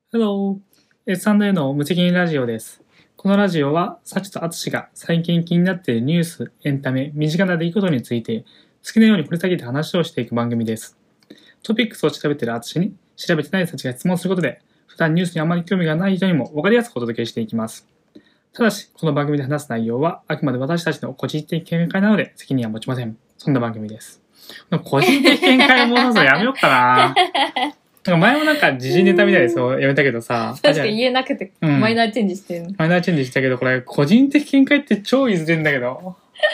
Hello! S&A の無責任ラジオです。このラジオは、サチとアツシが最近気になっているニュース、エンタメ、身近な出来事について、好きなように掘り下げて話をしていく番組です。トピックスを調べているアツシに、調べてないサチが質問することで、普段ニュースにあまり興味がない人にも分かりやすくお届けしていきます。ただし、この番組で話す内容は、あくまで私たちの個人的見解なので、責任は持ちません。そんな番組です。個人的見解を持たすのやめようかな。前もなんか時事ネタみたいですよ、やめたけどさ。 確かに言えなくて、マイナーチェンジしてるの。 マイナーチェンジしたけど、これ、個人的見解って超言いづれんだけど。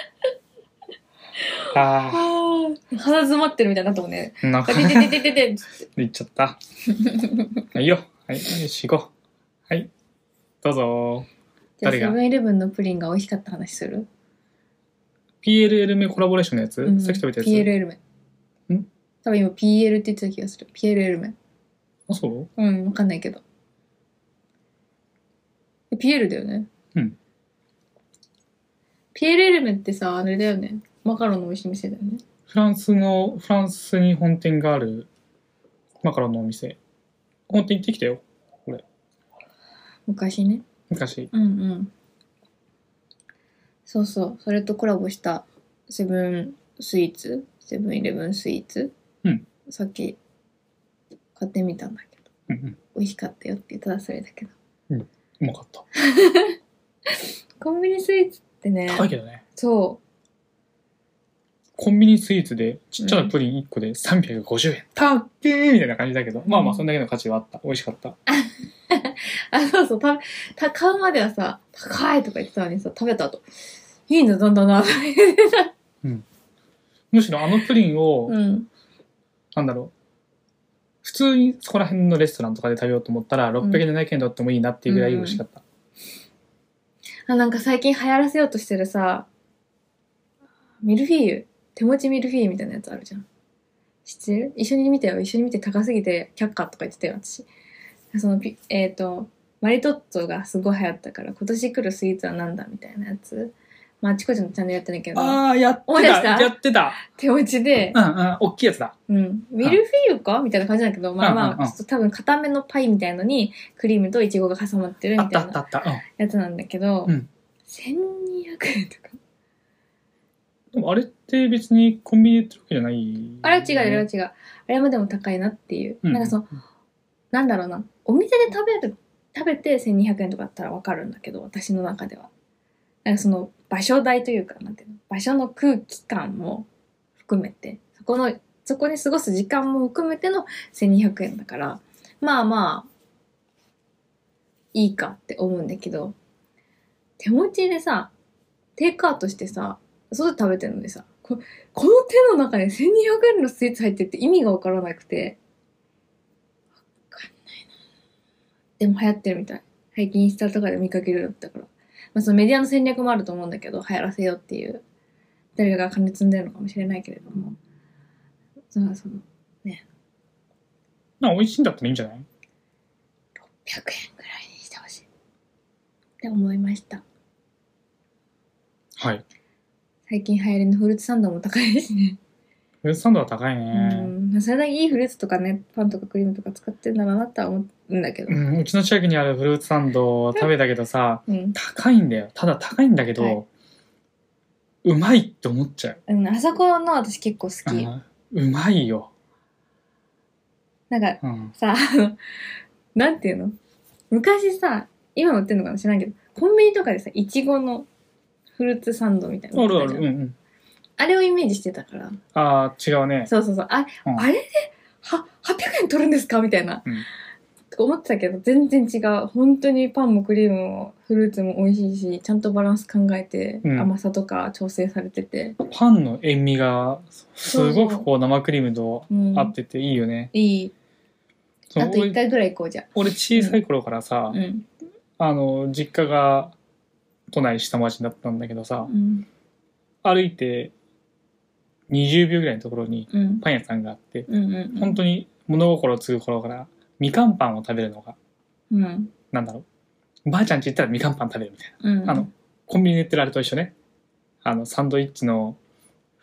鼻詰まってるみたいになったもんね。 なんか、 て言っちゃった。いいよ。はい、よし、行こう。はい。どうぞ。 じゃあ、セブンイレブンのプリンが美味しかった話する？ PLL メコラボレーションのやつ、さっき食べたやつ PLL メ。多分今 PL って言ってた気がする。PLL メ。 あ、そう？ わかんないけど。PL だよね。PLL メってさ、あれだよね。マカロンの美味しい店だよね。 フランスに本店があるマカロンのお店。本店行ってきたよ、これ。 昔ね。 昔。 そうそう。それとコラボしたセブンイレブンスイーツ。さっき買ってみたんだけど。美味しかったよってただそれだけど。 うまかった。 コンビニスイーツってね。 高いけどね。 そう。 コンビニスイーツでちっちゃなプリン1個で350円。たっけーみたいな感じだけど、まあまあそんだけの価値はあった。美味しかった。 そうそう。買うまではさ、高いとか言ってたのにさ、食べた後、いいんだな。 むしろあのプリンを、なんだろう。普通にそこら辺のレストランとかで食べようと思ったら、600円、700円であってもいいなっていうぐらい美味しかった。 なんか最近流行らせようとしてるさ、ミルフィーユ。手持ちミルフィーユみたいなやつあるじゃん。知ってる？一緒に見て高すぎて却下とか言ってたよ、私。そのマリトッツォがすごい流行ったから、今年来るスイーツはなんだみたいなやつ。まあ、あちこちのチャンネルやってないけど。 やってた。 手持ちで。 大きいやつだ。 ミルフィーユかみたいな感じなんだけど、まあ、ちょっと多分固めのパイみたいのに、クリームとイチゴが挟まってるみたいなやつなんだけど、1200円とか。 でもあれって別にコンビニで売ってるわけじゃない、 あれは違う。あれもでも高いなっていう。なんかなんだろうな。お店で食べて1200円とかだったらわかるんだけど、私の中では。なんかその場所代というか、なんていうの、場所の空気感も含めて、そこに過ごす時間も含めての1200円だから、まあ、いいかって思うんだけど、手持ちでさ、テイクアウトしてさ、外で食べてるのでさ、この手の中に1200円のスイーツ入ってって意味がわからなくて、わかんないな。でも流行ってるみたい。最近インスタとかで見かけるようだったから。まあそのメディアの戦略もあると思うんだけど、流行らせようっていう。誰かが金積んでるのかもしれないけれども。ね。 美味しいんだったらいいんじゃない？ 600 円ぐらいにしてほしい。って思いました。 はい。 最近流行りのフルーツサンドも高いですね。 フルーツサンドは高いね。 それだけいいフルーツとかね、パンとかクリームとか使ってんだろうなとは思うんだけど。 うちの近くにあるフルーツサンドを食べたけどさ、高いんだよ。ただ高いんだけど、うまいって思っちゃう。 あそこの私結構好き。 うまいよ。 なんか、さ、なんていうの？昔さ、今売ってんのかな知らんけど、コンビニとかでさ、いちごのフルーツサンドみたいなのあるじゃん。あれをイメージしてたから。 違うね。 そう。あれで800円取るんですかみたいな。とか思ってたけど、全然違う。本当にパンもクリームもフルーツも美味しいし、ちゃんとバランス考えて、甘さとか調整されてて。 パンの塩味が、すごくこう生クリームと合ってていいよね。 いい。あと1回ぐらい行こうじゃん。 俺小さい頃からさ、実家が都内下町だったんだけどさ、歩いて20秒ぐらいのところにパン屋さんがあって、本当に物心を継ぐ頃からみかんパンを食べるのが、なんだろう、ばあちゃんち行ったらみかんパン食べるみたいな、コンビニで売ってるあれと一緒ね。サンドイッチの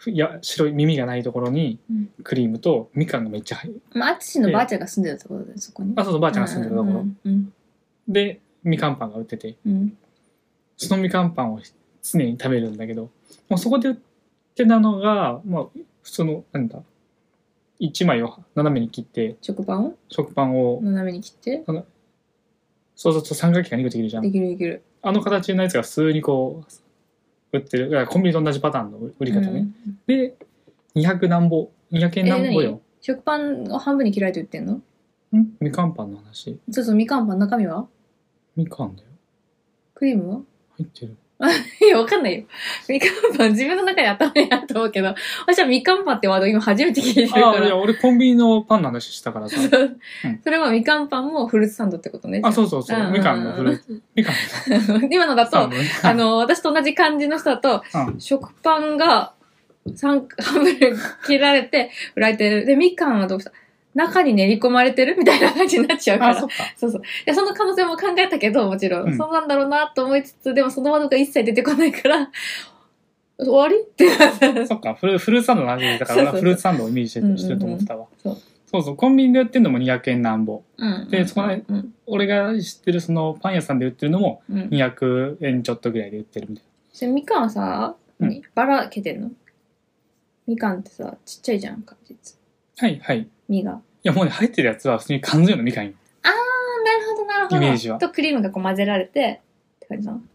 いや白い耳がないところにクリームとみかんがめっちゃ入る。 まあ、あつしのばあちゃんが住んでたところで、そこに。 あ、そうそう、ばあちゃんが住んでるところ。 うんで、みかんパンが売ってて、 うんそのみかんパンを常に食べるんだけど、もうそこで売ってたのが、まあ、普通の、なんだ、1枚を斜めに切って、 食パンを食パンを、 斜めに切ってそうすると三角形が2個できるじゃん。 できるできる。 あの形のやつが普通にこう、売ってる。だからコンビニと同じパターンの売り方ね。で、200何ぼ、200円何ぼよ。 食パンを半分に切られて売ってんの？ みかんパンの話。 そうそう、みかんパン中身はみかんだよ。 クリームは入ってる。 いや、わかんないよ。みかんパン自分の中で頭にあると思うけど、私はみかんパンってワード今初めて聞いてるから。 あ、いや、俺コンビニのパンの話したからさ。 それはみかんパンもフルーツサンドってことね。 あ、そうそうそう。みかんのフルーツ。みかん。 今のだと、私と同じ感じの人だと、食パンが半分切られて売られてる。で、みかんはどうした中に練り込まれてるみたいな感じになっちゃうから。 あ、そっか。 そうそう。いや、その可能性も考えたけど、もちろん。そうなんだろうなと思いつつ、でもそのワードが一切出てこないから、終わりってなった。 そっか。フルーツサンドの話だから、フルーツサンドをイメージしてると思ってたわ。そうそう。コンビニで売ってるのも200円なんぼ。で、そこの、俺が知ってるそのパン屋さんで売ってるのも200円ちょっとぐらいで売ってるみたいな。 それみかんはさ、ばらけてんの？みかんってさ、ちっちゃいじゃんか、実。 はいはい。 実が。 いやもうね、入ってるやつは普通に缶詰のみかんよ。 あー、なるほどなるほど。 イメージは。 とクリームがこう混ぜられて、って感じなの？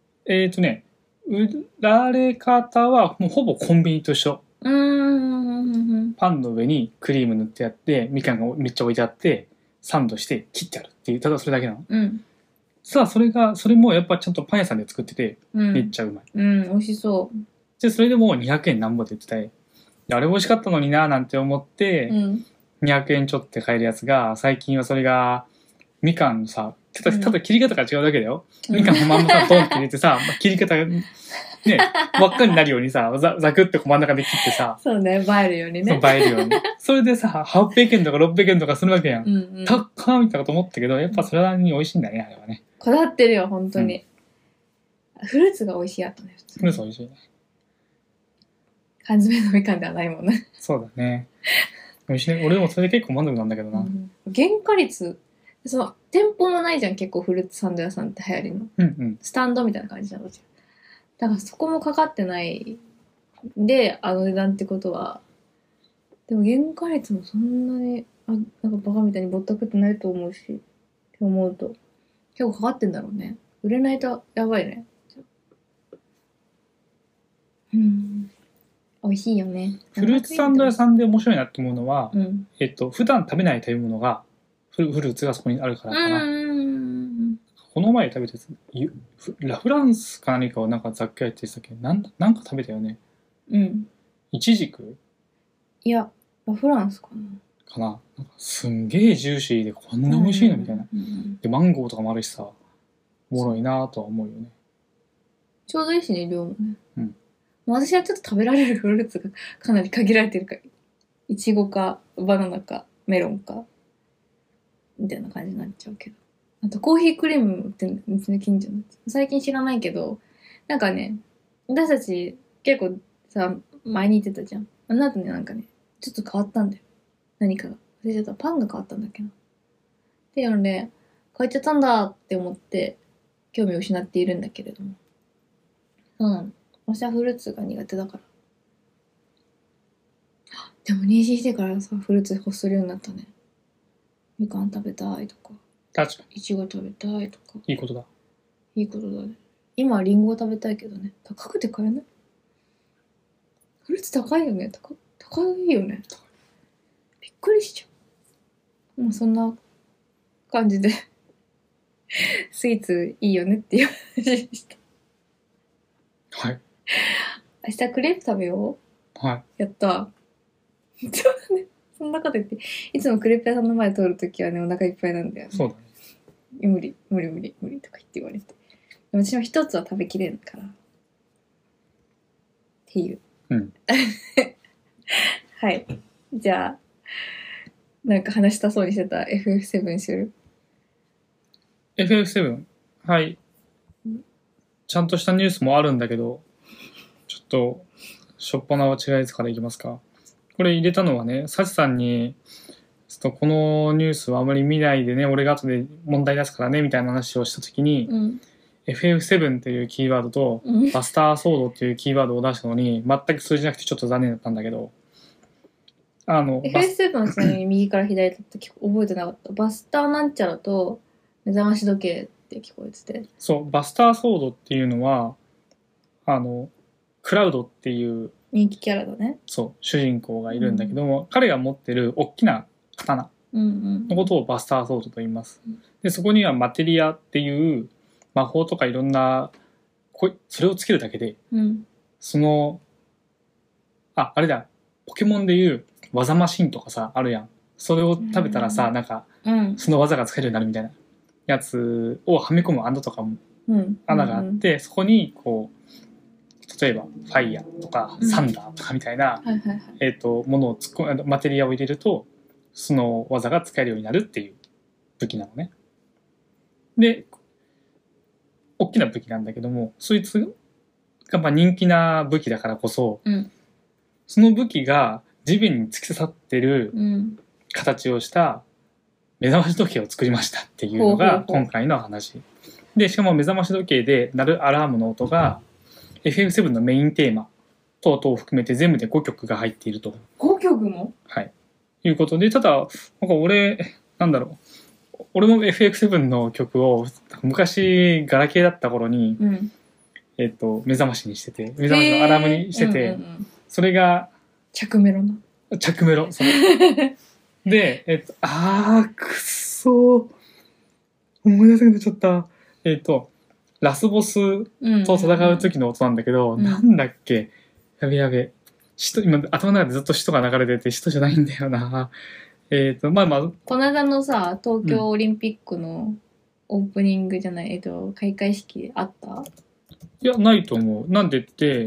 売られ方はもうほぼコンビニと一緒。パンの上にクリーム塗ってあって、みかんがめっちゃ置いてあって、サンドして切ってあるっていう、ただそれだけなの。さあ、それもやっぱちゃんとパン屋さんで作ってて、めっちゃうまい。 美味しそう。 で、それでも200円なんぼで売ってて、あれ美味しかったのになーなんて思って、200円ちょっとで買えるやつが、最近はそれが、みかんのさ、ただ切り方が違うだけだよ。みかんのまんまさ、ドンって入れてさ、切り方が、ね、輪っかになるようにさ、ザクって真ん中で切ってさ。 そうね、映えるようにね。 そう、映えるように。それでさ、800円とか600円とかするわけやん。高っみたいなこと思ったけど、やっぱそれなりに美味しいんだね、あれはね。 こだわってるよ、本当に。フルーツが美味しいやとね、普通に。 フルーツ美味しいね。 缶詰のみかんではないもんね。 そうだね。美味しいね。俺でもそれで結構満足なんだけどな。 原価率、その、店舗もないじゃん、結構フルーツサンド屋さんって流行りの。スタンドみたいな感じなの。だからそこもかかってないで、あの値段ってことは、でも原価率もそんなに、なんかバカみたいにぼったくってないと思うし、って思うと、結構かかってんだろうね。売れないとやばいね。美味しいよね。 フルーツサンド屋さんで面白いなって思うのは、普段食べない食べ物がフルーツがそこにあるからかな。この前食べたやつ、ラフランスか何かをなんかざっくりやってたっけ、なんか食べたよね。イチジク？ いや、ラフランスかな。 なんかすんげえジューシーでこんな美味しいのみたいな。で、マンゴーとかもあるしさ、おもろいなとは思うよね。 ちょうどいいしね、量もね。私はちょっと食べられるフルーツがかなり限られてるから、イチゴかバナナかメロンかみたいな感じになっちゃうけど、あとコーヒークリーム売ってるんですね、近所の。最近知らないけど、なんかね、私たち結構さ、前に言ってたじゃん。あの後ね、なんかね、ちょっと変わったんだよ、何かが。忘れちゃった。パンが変わったんだっけなっていうので、変わっちゃったんだって思って興味を失っているんだけれども、そうなの。私はフルーツが苦手だから。でも妊娠してからさ、フルーツ欲するようになったね。みかん食べたいとか。 確かに。 いちご食べたいとか。 いいことだ。 いいことだね。今はリンゴ食べたいけどね。高くて買えない？フルーツ高いよね。高いよね。びっくりしちゃう。もうそんな感じでスイーツいいよねっていう話でした。 はい。 明日クレープ食べよう。はい。 やった。そうだね。そんなこと言って、いつもクレープ屋さんの前通るときはね、お腹いっぱいなんだよね。 そうだね。 無理とか言って言われて。でも私も一つは食べきれんから。っていう。はい。じゃあ、なんか話したそうにしてた FF7 する？ FF7？ はい。ちゃんとしたニュースもあるんだけど、ちょっとしょっぱなは違うやつからいきますか。これ入れたのはね、サチさんに、ちょっとこのニュースはあまり見ないでね、俺が後で問題出すからね、みたいな話をしたときに、FF7 っていうキーワードと、バスターソードっていうキーワードを出したのに、全く通じなくてちょっと残念だったんだけど、 FF7 のちなみに右から左だった覚えてなかった。バスターなんちゃらと目覚まし時計って聞こえてて。 そう、バスターソードっていうのは、クラウドっていう人気キャラだね。 そう主人公がいるんだけども、彼が持ってる大きな刀のことをバスターソードと言います。でそこにはマテリアっていう魔法とかいろんなそれをつけるだけで、そのあれだ、ポケモンでいう技マシンとかさあるやん。それを食べたらさ、なんかその技が使えるようになるみたいなやつをはめ込む穴とかも、穴があって、そこにこう例えばファイヤーとかサンダーとかみたいなものを突っ込むマテリアを入れるとその技が使えるようになるっていう武器なのね。で大きな武器なんだけども、そいつがまあ人気な武器だからこそ、その武器が地面に突き刺さってる形をした目覚まし時計を作りましたっていうのが今回の話で、しかも目覚まし時計で鳴るアラームの音がFF7 のメインテーマ等々を含めて全部で5曲が入っていると。 5曲も？ はい。いうことで、ただ、なんか俺も FF7 の曲を昔ガラケーだった頃に、目覚ましにしてて、目覚ましのアラームにしてて、それが着メロな。 着メロ。で、くっそー。思い出せなくなっちゃった。ラスボスと戦う時の音なんだけど、なんだっけ、やべ。今頭の中でずっと使徒が流れてて使徒じゃないんだよな。まあこの間のさ、東京オリンピックのオープニングじゃない、開会式あった？ いや、ないと思う。なんでって、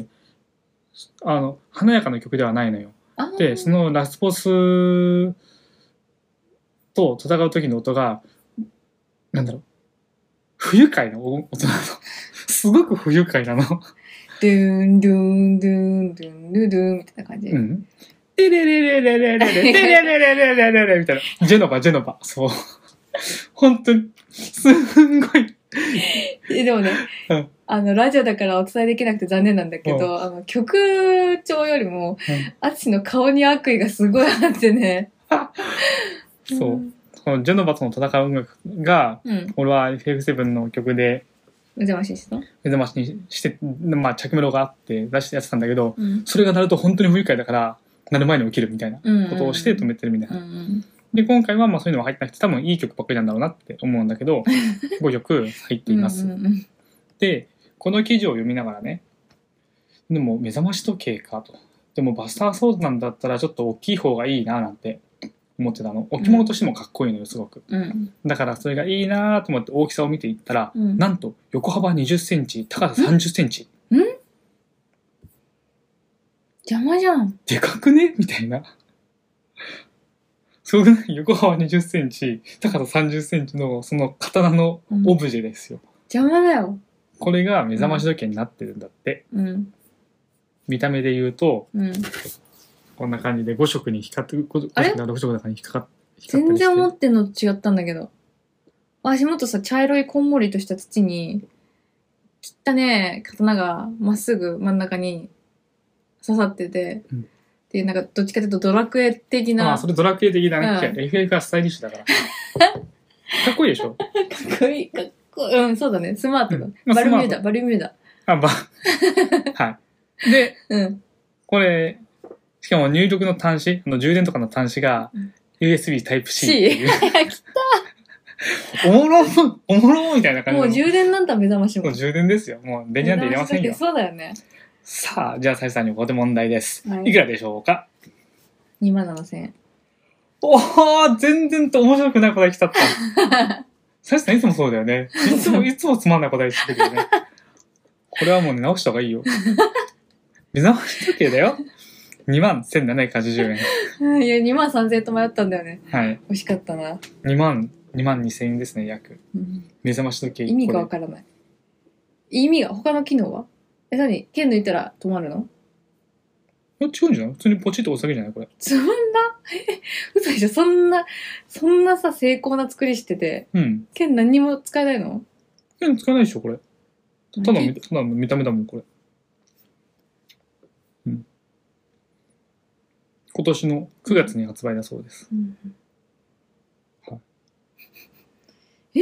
華やかな曲ではないのよ。で、そのラスボスと戦う時の音が、なんだろう、不愉快な音なの。すごく不愉快なの。 ドゥンドゥンドゥンドゥンドゥドゥンみたいな感じ。 テレレレレレレレレレレレレレレみたいな。ジェノバ。そう。本当に、すんごい。 でもね、ラジオだからお伝えできなくて残念なんだけど、曲調よりも、アツシの顔に悪意がすごいあってね。 そう。このジェノバとの戦う音楽が、俺は FF7 の曲で、 目覚ましにして、まあ、着メロがあって出してやってたんだけど、それが鳴ると本当に不愉快だから、鳴る前に起きるみたいなことをして止めてるみたいな。で、今回はまあそういうのは入ってなくて、多分いい曲ばっかりなんだろうなって思うんだけど、5曲入っています。で、この記事を読みながらね、でも目覚まし時計かと。でもバスターソードなんだったらちょっと大きい方がいいななんて思ってたの。置物としてもかっこいいのよ、すごく。だからそれがいいなと思って大きさを見ていったら、なんと横幅20センチ、高さ30センチ。 邪魔じゃん。 でかくねみたいな。そうね、横幅20センチ、高さ30センチのその刀のオブジェですよ。 邪魔だよ。 これが目覚まし時計になってるんだって。見た目で言うと、こんな感じで5色に光ってる、5色か6色だから光ったりして。 全然思ってんのと違ったんだけど。足元さ、茶色いこんもりとした土に、切ったね、刀がまっすぐ真ん中に刺さってて、で、なんかどっちかというとドラクエ的な。 それドラクエ的だね。FF がスタイリッシュだから。かっこいいでしょ？かっこいい。そうだね。スマートだ。バルミューダ。 はい。で、これ、しかも入力の端子、充電とかの端子が USB Type-C っていう。来たおもろみたいな感じ。 もう充電なんだ目覚ましも。 もう充電ですよ。もう電池なんて入れませんよ。 そうだよね。 さあ、じゃあ、サイさんにここで問題です。いくらでしょうか？ 27,000 円。 おー、全然と面白くない答え来ちゃった。サイさんいつもそうだよね。いつもつまんない答えしてくるよね。これはもうね、直した方がいいよ。目覚まし時計だよ。21,780 円。いや、23,000円と迷ったんだよね。 はい。 惜しかったな。 22,000円ですね、約。目覚まし時計。 意味がわからない。他の機能は？何？剣抜いたら止まるの？ 違うんじゃない？普通にポチッと押すだけじゃないこれ。 そんな嘘でしょ、そんなさ、精巧な作りしてて。 うん。 何にも使えないの？ 使わないでしょ、これ。ただの見た目だもん、これ。うん。今年の9月に発売だそうです。 うん、 はい。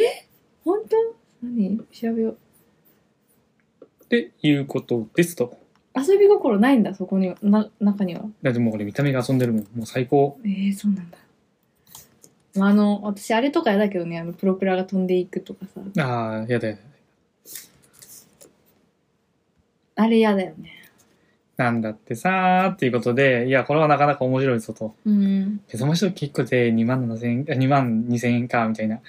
本当？何？調べよう。 っていうことですと。 遊び心ないんだ、そこには、中には。 だってもうこれ見た目が遊んでるもん。もう最高。 そうなんだ。私あれとかやだけどね、プロペラが飛んでいくとかさ。 ああ、やだやだ。 あれやだよね。 なんだってさーっていうことで、いや、これはなかなか面白いぞと。 うん。 その人結構で2万7千円、2万2千円か、みたいな。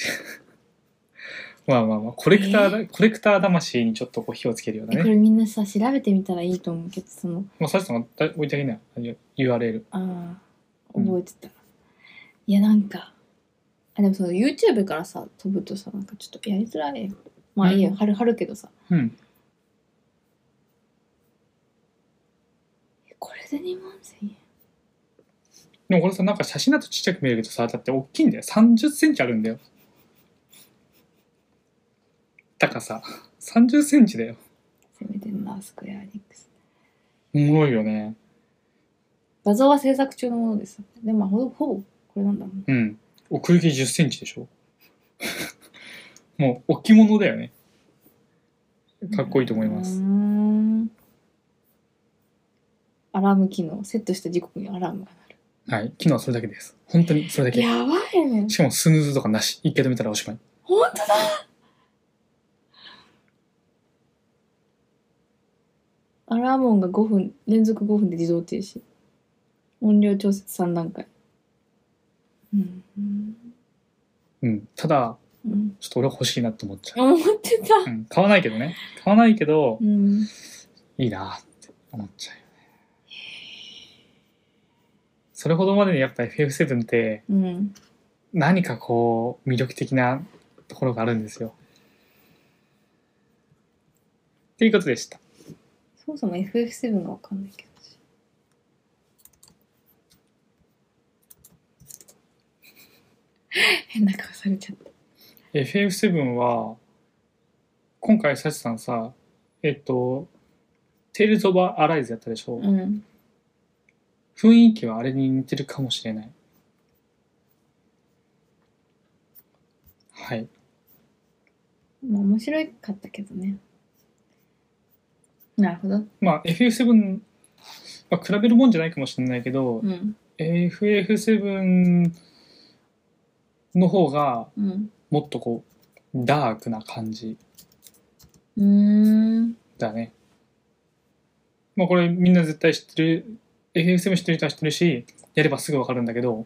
まあまあまあ、コレクター魂にちょっとこう火をつけるようなこね。 れみんなさ、調べてみたらいいと思うけど、 もうサチさんが置いてあげなよ、URL。 ああ、覚えてた。いや、なんか、でもYouTube からさ、飛ぶとさ、なんかちょっとやりづらいよ。まあいいよ、貼るけどさ。 うん。 これで2万1000円。 でもこれさ、なんか写真だとちっちゃく見えるけどさ、だって大きいんだよ。30センチあるんだよ。高さ。30センチだよ。 攻めてんな、スクエアエニックス。 おもろいよね。 画像は制作中のものです。でも、ほぼこれなんだもん。 うん。奥行き10センチでしょ。もう置物だよね。かっこいいと思います。 アラーム機能、セットした時刻にアラームが鳴はい。機能はそれだけです。本当にそれだけ。 やばいね。 しかもスヌーズとかなし。一回止めたらおしまい。 本当だ。アラーム音が5分、連続5分で自動停止。音量調節3段階。 うん。ただ、 うん、 ちょっと俺は欲しいなって思っちゃう。 思ってた。 うん。買わないけどね。買わないけど、 うん、 いいなって思っちゃうよね。それほどまでにやっぱ FF7 って、何かこう、魅力的なところがあるんですよ。っていうことでした。 そもそも FF7 がわかんないけど。変な顔されちゃった。 FF7 は、今回サチさんさ、テイルズ・オブ・アライズやったでしょ、雰囲気はあれに似てるかもしれない。はい。 まあ面白かったけどね。なるほど。 まあ FF7 は比べるもんじゃないかもしれないけど、FF7 の方がもっとこうダークな感じだね。まあこれみんな絶対知ってる、FF7 知ってる人は知ってるし、やればすぐわかるんだけど、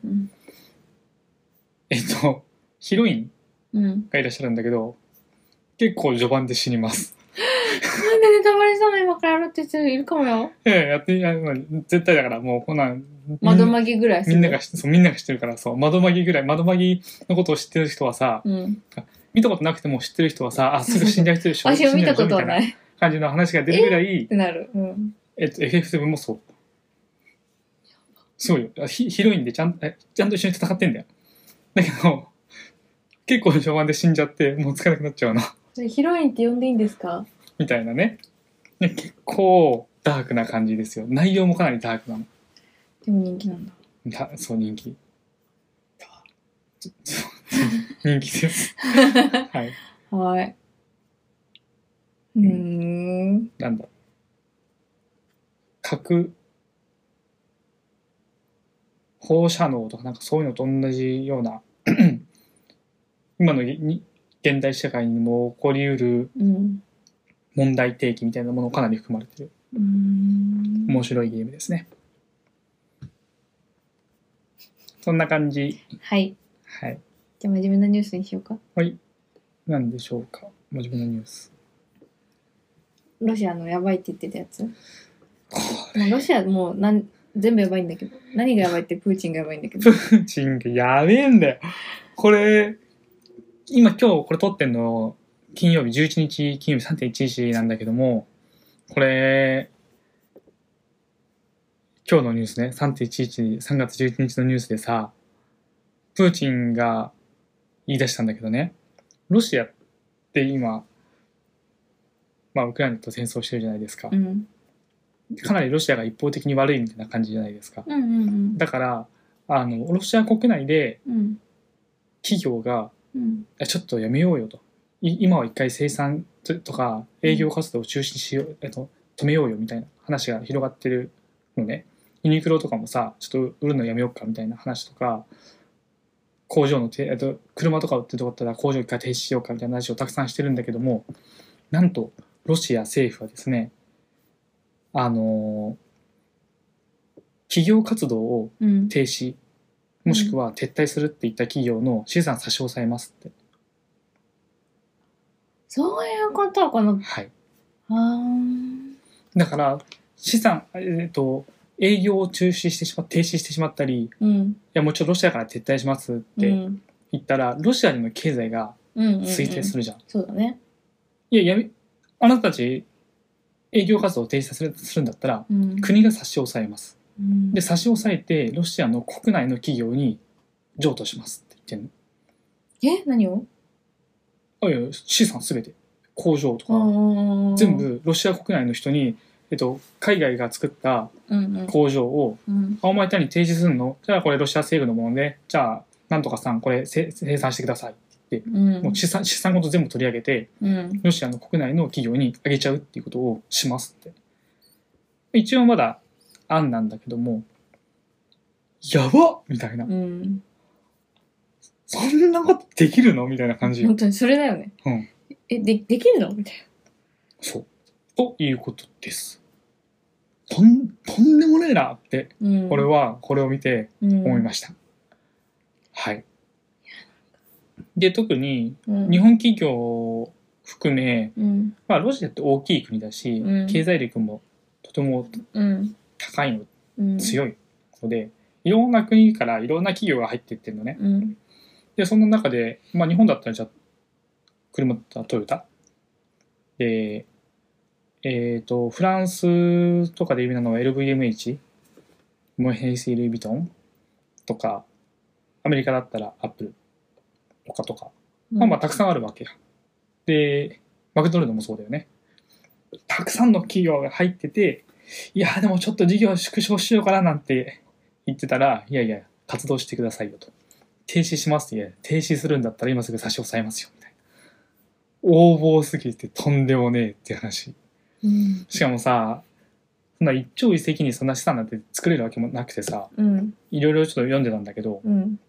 ヒロインがいらっしゃるんだけど、結構序盤で死にます。 なんでネタバレしたの今からやるって人いるかもよ。 絶対だからもうこんなん窓まぎぐらいみんなが知ってるから、そう窓まぎぐらい、窓まぎのことを知ってる人はさ、見たことなくても知ってる人はさ、すぐ死んじゃう人でしょ。 私も見たことはない。 感じの話が出るぐらい、 ってなる。 FF7 もそう。そうよ。ヒロインでちゃんと一緒に戦ってんだよ。だけど、結構序盤で死んじゃって、もうつかなくなっちゃうの。 ヒロインって呼んでいいんですか？ みたいなね。結構ダークな感じですよ。内容もかなりダークなの。 でも人気なんだ。 そう、人気。人気です。はい。 はい。 なんだ。核放射能とかなんかそういうのと同じような今の現代社会にも起こりうる問題提起みたいなものかなり含まれてる面白いゲームですね。そんな感じ。 はい。 はい。 じゃあ真面目なニュースにしようか。 はい。何でしょうか。真面目なニュース。 ロシアのやばいって言ってたやつ。ロシアもう全部やばいんだけど、何がやばいってプーチンがやばいんだけど。 プーチンがやべえんだよ。これ今日これ撮ってんの金曜日11日金曜日 3.11 なんだけども、これ今日のニュースね、3.11、3月11日のニュースでさ、プーチンが言い出したんだけどね、ロシアって今、まあ、ウクライナと戦争してるじゃないですか。 うんかなりロシアが一方的に悪いみたいな感じじゃないですか。 うんうんだから、ロシア国内でうん企業が、 うんちょっとやめようよと。今は一回生産とか営業活動を中止しよう、止めようよみたいな話が広がってるのね。ユニクロとかもさ、ちょっと売るのやめようかみたいな話とか、工場の車とか売ってるとこだったら工場一回停止しようかみたいな話をたくさんしてるんだけども、なんとロシア政府はですね、企業活動をうん停止、もしくは撤退するっていった企業の資産差し押さえますって。 そういうことかな。 はい。 あだから資産、営業を停止してしまったり、いやもうちょっとロシアから撤退しますって言ったら、ロシアにも経済が衰退するじゃん。 そうだね。 いやあなたたち営業活動を停止するんだったら、国が差し押さえます。で差し押さえてロシアの国内の企業に譲渡しますって言ってんの。 何を？ いや資産すべて工場とか全部ロシア国内の人に、海外が作った工場を、お前単に提示するの？じゃあこれロシア政府のもので、じゃあなんとかさんこれ生産してくださいって言って、もう資産ごと全部取り上げて、ロシアの国内の企業にあげちゃうっていうことをしますって。一応まだ案なんだけども、やばっみたいな、そんなことできるのみたいな感じ。 本当にそれだよね。できるのみたいな。 そうということです。とんでもねえなって、俺はこれを見て思いました。はい。で特に日本企業を含め、まあロシアって大きい国だし、経済力もとても高いの、強いので、いろんな国からいろんな企業が入っていってるのね。でその中で、まあ、日本だったらじゃあ車だったらトヨタで、フランスとかで有名なのは LVMH、モエヘイス・ルイ・ヴィトンとか、アメリカだったらアップルとか、まあたくさんあるわけよ。でマクドナルドもそうだよね。たくさんの企業が入ってて、いやでもちょっと事業縮小しようかななんて言ってたら、いやいや活動してくださいよと、停止しますって。いや停止するんだったら今すぐ差し押さえますよみたいな。横暴すぎてとんでもねえって話。しかもさ、そんな一朝一夕にそんな資産なんて作れるわけもなくてさ、いろいろちょっと読んでたんだけど、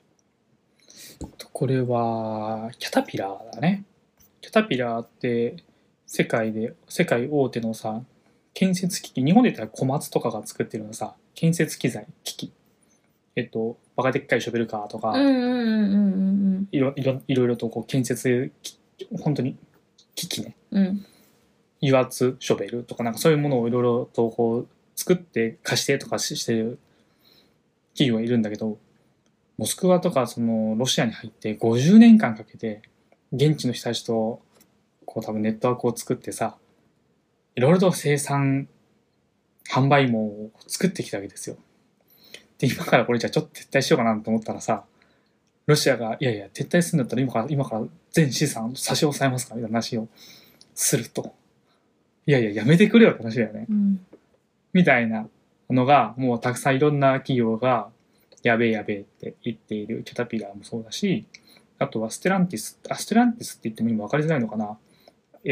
これはキャタピラーだね。キャタピラーって世界大手のさ、建設機器、日本で言ったら小松とかが作ってるのさ、建設機材機器、バカでっかいショベルカーとか、いろいろとこう建設本当に機器ね、油圧ショベルとかなんかそういうものをいろいろとこう作って貸してとかしてる企業がいるんだけど、モスクワとかそのロシアに入って50年間かけて現地の人たちとこう多分ネットワークを作ってさ、いろいろと生産販売網を作ってきたわけですよ。で今からこれじゃあちょっと撤退しようかなと思ったらさ、ロシアがいやいや撤退するんだったら今から全資産差し押さえますかみたいな話をすると、いやいややめてくれよって話だよね、みたいなのがもうたくさんいろんな企業がやべえって言っている。キャタピラーもそうだし、あとはステランティスって言っても今分かりづらいのかな。フ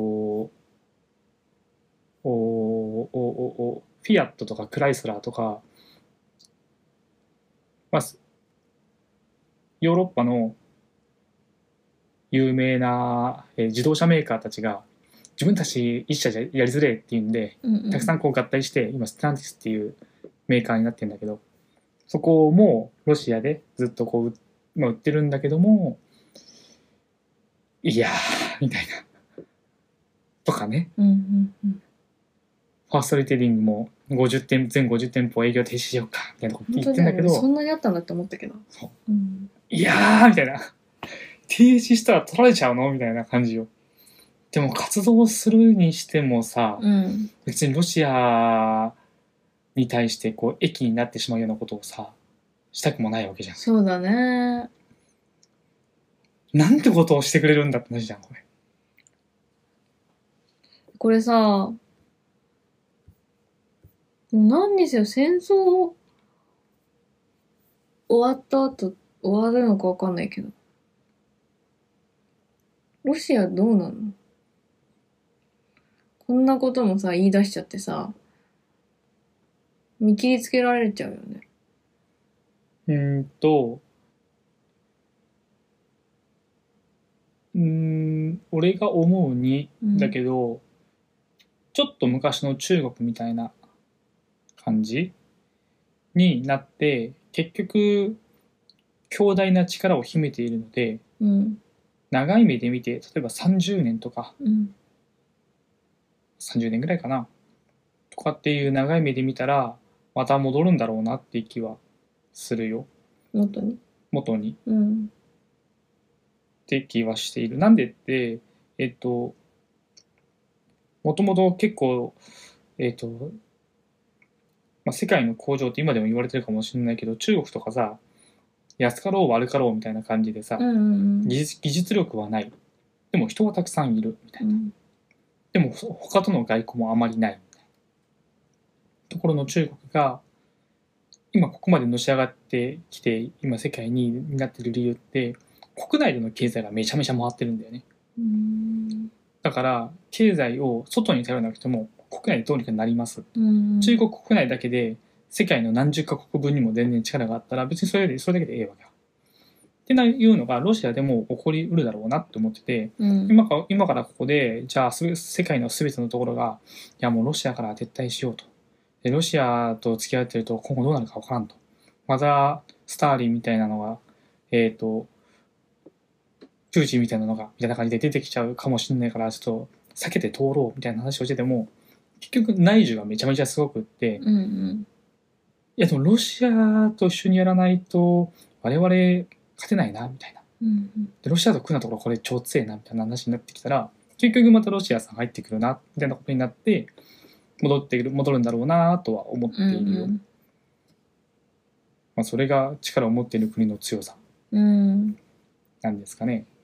ィアットとかクライスラーとか、まあ、ヨーロッパの有名な自動車メーカーたちが自分たち一社じゃやりづれえっていうんで、たくさんこう合体して今ステランティスっていうメーカーになってるんだけど、そこもロシアでずっとこう売ってるんだけども、いやーみたいなとかね、ファーストリテイリングも全50店舗営業停止しようかみたいなこと言ってんだけど、 そんなにあったんだって思ったけど、 いやーみたいな、停止したら取られちゃうのみたいな感じよ。でも活動するにしてもさ、別にロシアに対してこう益になってしまうようなことをさしたくもないわけじゃん。 そうだね。 なんてことをしてくれるんだって話じゃんこれ。 これさ、もう何にせよ戦争終わった後、終わるのかわかんないけど。ロシアどうなの？こんなこともさ、言い出しちゃってさ、見切りつけられちゃうよね。 うーんと、俺が思うに、だけど、ちょっと昔の中国みたいな感じになって、結局、強大な力を秘めているので、 うん。 長い目で見て、例えば30年とか、 うん。 30年ぐらいかな、とかっていう長い目で見たら、また戻るんだろうなっていう気はするよ。 元に。 元に。 うん。 って気はしている。なんでって、もともと結構、世界の工場って今でも言われてるかもしれないけど、中国とかさ、安かろう悪かろうみたいな感じでさ、 うんうん技術力はない。でも人はたくさんいるみたいな。 うん。 でも他との外交もあまりないみたいなところの中国が、今ここまでのし上がってきて、今世界2位になってる理由って、国内での経済がめちゃめちゃ回ってるんだよね。だから経済を外に頼らなくても国内でどうにかなります。中国国内だけで世界の何十カ国分にも全然力があったら別にそれだけでええわけよ。っていうのがロシアでも起こりうるだろうなって思ってて、今からここでじゃあ世界の全てのところがいやもうロシアから撤退しようと。でロシアと付き合ってると今後どうなるか分からんと。またスターリンみたいなのがプーチンみたいなのがみたいな感じで出てきちゃうかもしれないからちょっと避けて通ろうみたいな話をしてても結局内需がめちゃめちゃすごくって、いやでもロシアと一緒にやらないと我々勝てないなみたいな、でロシアと組んだところこれ超強いなみたいな話になってきたら結局またロシアさん入ってくるなみたいなことになって戻るんだろうなとは思っているよ。それが力を持っている国の強さなんですかね。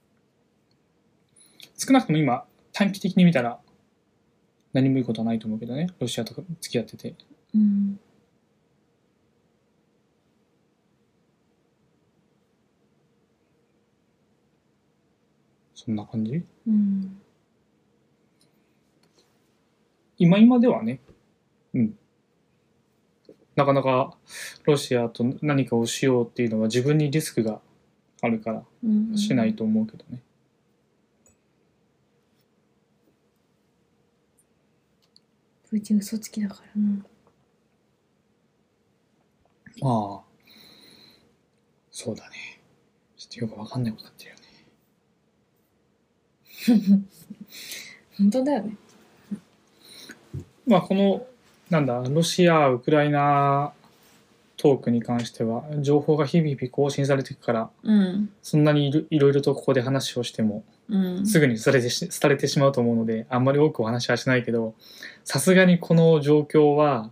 少なくとも今短期的に見たら何もいいことはないと思うけどね、ロシアとか付き合ってて。そんな感じ、今ではね、なかなかロシアと何かをしようっていうのは自分にリスクがあるからしないと思うけどね。 プーチン嘘つきだからな。 まあそうだね。ちょっとよくわかんないことになってるよね。 本当だよね。 このロシアウクライナトークに関しては情報が日々更新されていくから、そんなにいろいろとここで話をしても、すぐに廃れてしまうと思うのであんまり多くお話はしないけど、さすがにこの状況は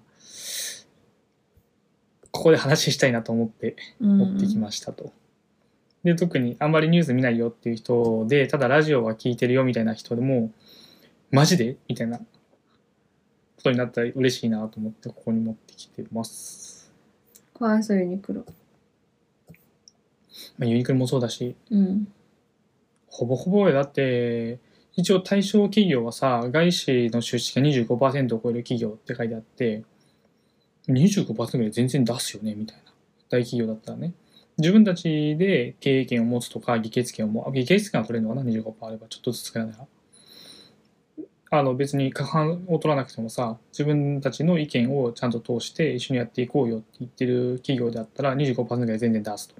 ここで話したいなと思って持ってきましたと。で特にあんまりニュース見ないよっていう人でただラジオは聞いてるよみたいな人でもマジでみたいなことになったら嬉しいなと思ってここに持ってきてます。 かわいそうユニクロ。 ユニクロもそうだし、ほぼほぼだって一応対象企業はさ外資の出資が 25% を超える企業って書いてあって 25% で全然出すよねみたいな大企業だったらね、自分たちで経営権を持つとか議決権は取れるのかな、 25% あればちょっとずつくらいなら別に過半を取らなくてもさ自分たちの意見をちゃんと通して一緒にやっていこうよって言ってる企業であったら 25% で全然出すと。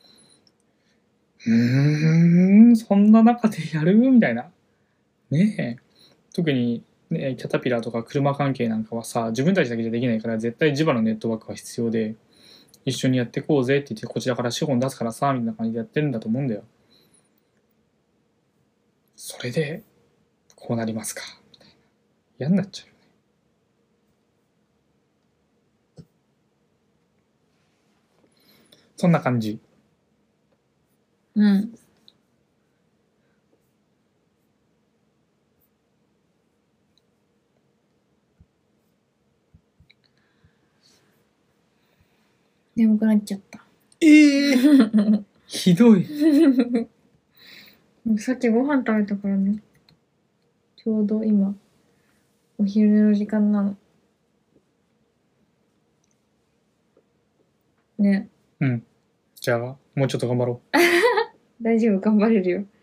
そんな中でやるみたいなねえ。特に、ね、キャタピラーとか車関係なんかはさ自分たちだけじゃできないから絶対地場のネットワークが必要で一緒にやっていこうぜって言ってこちらから資本出すからさみたいな感じでやってるんだと思うんだよ。それでこうなりますかみたいな嫌になっちゃうよね。 そんな感じ。 うん。眠くなっちゃった。 ひどい。 さっきご飯食べたからね。ちょうど今、お昼寝の時間なの。ね。 うん。じゃあ、もうちょっと頑張ろ大丈夫、頑張れるよ。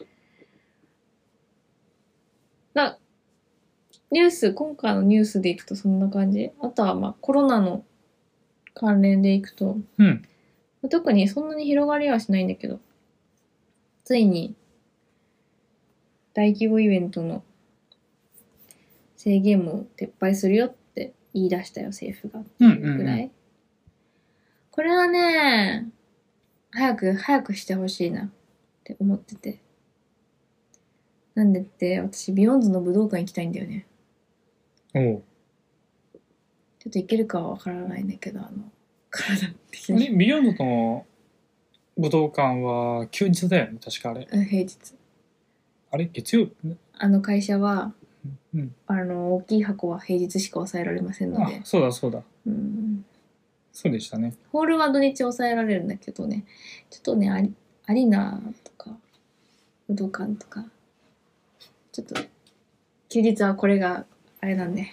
ニュース、今回のニュースでいくとそんな感じ。あとはまあコロナの関連でいくと、 う。うん。 特にそんなに広がりはしないんだけど、ついに大規模イベントの制限も撤廃するよって言い出したよ、政府がっていうぐらい。これはね、早くしてほしいなって思ってて。なんでって、私、ビヨンズの武道館行きたいんだよね。 おう。 ちょっと行けるかはわからないんだけど、体的あれに。 ビヨンドの武道館は休日だよね、確かあれ。 平日。 あれ月曜日？ 会社は、 うん。 大きい箱は平日しか抑えられませんのであ、。そうだそうだ。 うん。 そうでしたね。 ホールは土日抑えられるんだけどね、ちょっとね、アリーナとか、武道館とか、ちょっと、休日はこれが、あれなんで。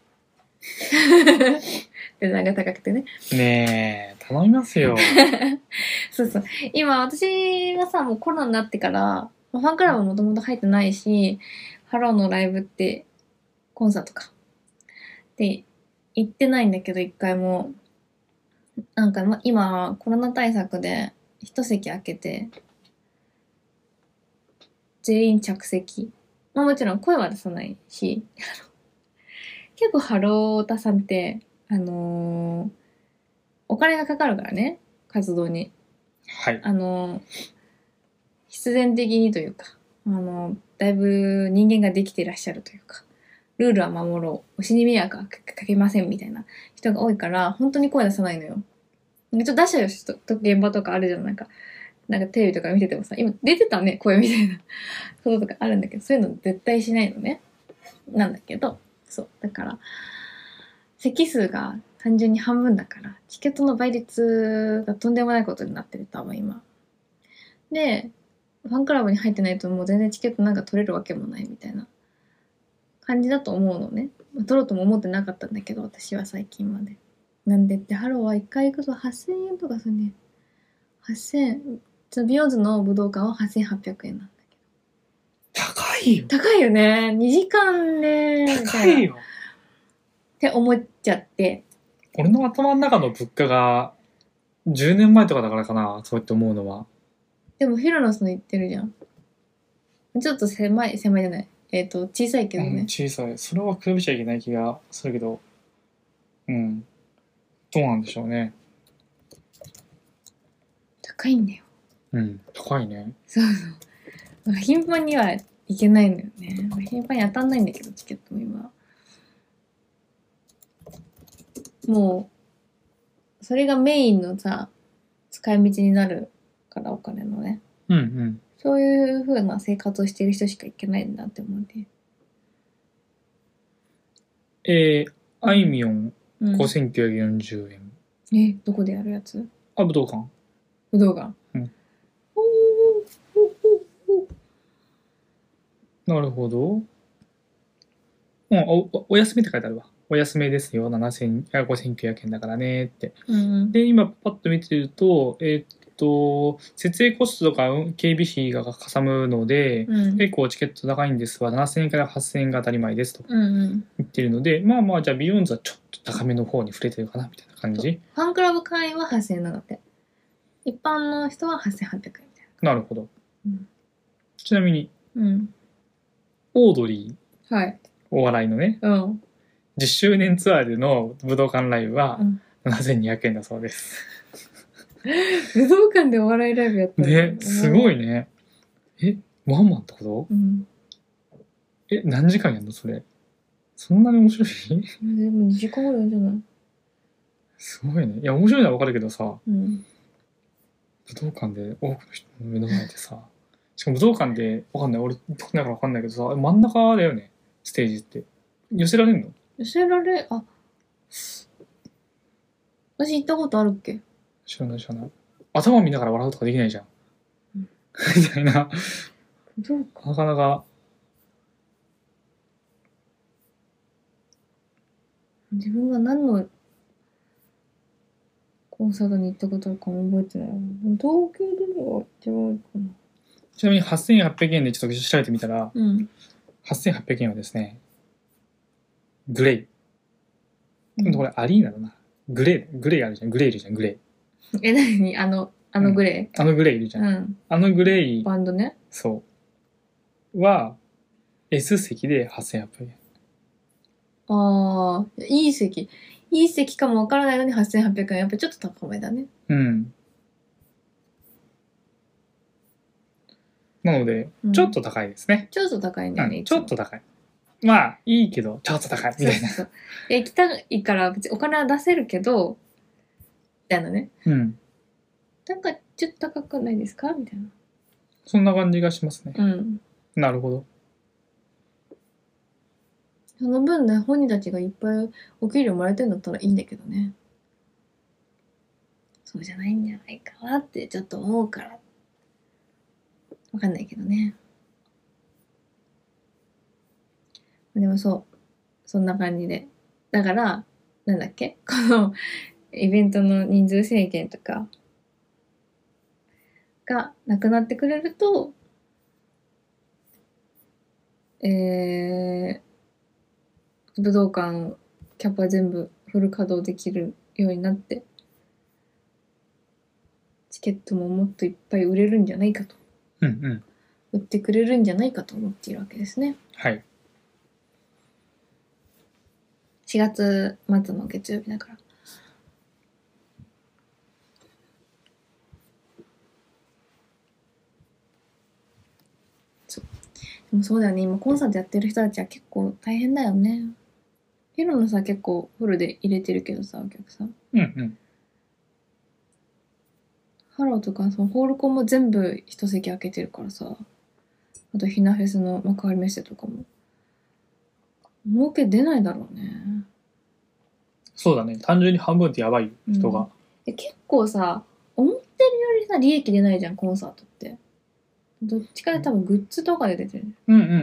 値段が高くてね。 ねえ、頼みますよ。 そうそう。今、私がさ、もうコロナになってから、ファンクラブもともと入ってないし、ハローのライブって、コンサートか。で、行ってないんだけど、一回も。なんか、今、コロナ対策で、一席空けて、全員着席。もちろん声は出さないし、結構ハロータさんって、お金がかかるからね、活動に。 はい。 必然的にというか、だいぶ人間ができていらっしゃるというか、ルールは守ろう、推しに迷惑はかけませんみたいな人が多いから、本当に声出さないのよ。ちょっと出しちゃう人と現場とかあるじゃん、なんかテレビとか見ててもさ、今出てたね、声みたいなこととかあるんだけど、そういうの絶対しないのね。なんだけど、そう。だから、席数が単純に半分だから、チケットの倍率がとんでもないことになってると思う、今。で、ファンクラブに入ってないともう全然チケットなんか取れるわけもないみたいな感じだと思うのね。取ろうとも思ってなかったんだけど、私は最近まで。なんでって、ハローは1回行くと8000円とかするね。8000円。ビヨンズの武道館は8800円なんだけど。 高いよ。 高いよね。2時間で、 高いよ。 って思っちゃって。 俺の頭の中の物価が10年前とかだからかな、そうやって思うのは。 でもヒロノスの言ってるじゃん。ちょっと狭いじゃない。小さいけどね。 小さい。それは比べちゃいけない気がするけど、どうなんでしょうね。 高いんだよ。 高いね。 そうそう。頻繁には行けないのよね。頻繁に当たんないんだけど、チケットも今。もう、それがメインのさ、使い道になるからお金のね。そういう風な生活をしている人しか行けないんだって思って。 あいみょん、5940円。 どこでやるやつ？ 武道館。 武道館。 なるほど。お休みって書いてあるわ。お休みですよ。5900円だからねって。で、今パッと見てると、設営コストとか警備費がかさむので、結構チケット高いんですが、7000円から8000円が当たり前ですと言ってるので、まあまあ、じゃあビヨンズはちょっと高めの方に触れてるかなみたいな感じ。 ファンクラブ会員は8000円なんだって。一般の人は8800円みたいな。なるほど。ちなみに、オードリー。はい。 お笑いのね、10周年ツアーでの武道館ライブは7200円だそうです。 武道館でお笑いライブやったね、すごいね。ワンマンってこと？何時間やんのそれ？そんなに面白い？ でも2時間ぐらいじゃない？ すごいね。いや、面白いのはわかるけどさ、 武道館で多くの人の目の前でさ、しかも武道館でわかんない、俺行ったことないからわかんないけどさ、真ん中だよね、ステージって。寄せられんの？ 寄せられ、あ、私行ったことあるっけ？ 知らない知らない。頭見ながら笑うとかできないじゃん。 うんみたいな。 武道館なかなか。 自分が何のコンサートに行ったことあるかも覚えてない。東京でも一番多いかな。 ちなみに8800円でちょっと調べてみたら、 うん。 8800円はですね、グレイ。 うんこれアリーナだな。グレイあるじゃん。グレイいるじゃん、グレイ。 何あのグレあのグレイいるじゃん。 ー、うん。 あのグレイ、 バンドね。 そう。は、S 席で8800円。 ああ、いい席。いい席かもわからないのに8800円。やっぱちょっと高めだね。 うん。なので、 うんちょっと高いですね。 ちょっと高いんだよね、 ちょっと高い。まあ、いいけど、ちょっと高い。みたいな。 そうそう行きたいから別にお金は出せるけど、みたいなね。 うん。 なんかちょっと高くないですかみたいな。 そんな感じがしますね。 うん。 なるほど。 その分ね、本人たちがいっぱいお給料もらえてるんだったらいいんだけどね。そうじゃないんじゃないかなってちょっと思うから。わかんないけどね。でもそう。そんな感じで。だから、なんだっけこのイベントの人数制限とかがなくなってくれると、武道館キャパ全部フル稼働できるようになって、チケットももっといっぱい売れるんじゃないかと、 うんうん。 売ってくれるんじゃないかと思っているわけですね。 はい。 4月末の月曜日だから。そう。でもそうだよね。今コンサートやってる人たちは結構大変だよね。ヒロのさ、結構フルで入れてるけどさ、お客さん。 うんうん。 ハローとかそのホールコンも全部一席空けてるからさ。あとひなフェスの幕張メッセとかも。儲け出ないだろうね。 そうだね。単純に半分ってやばい人が。 で結構さ、思ってるよりさ、利益出ないじゃん、コンサートって。どっちかで多分グッズとかで出てる。 うんうんうんうん。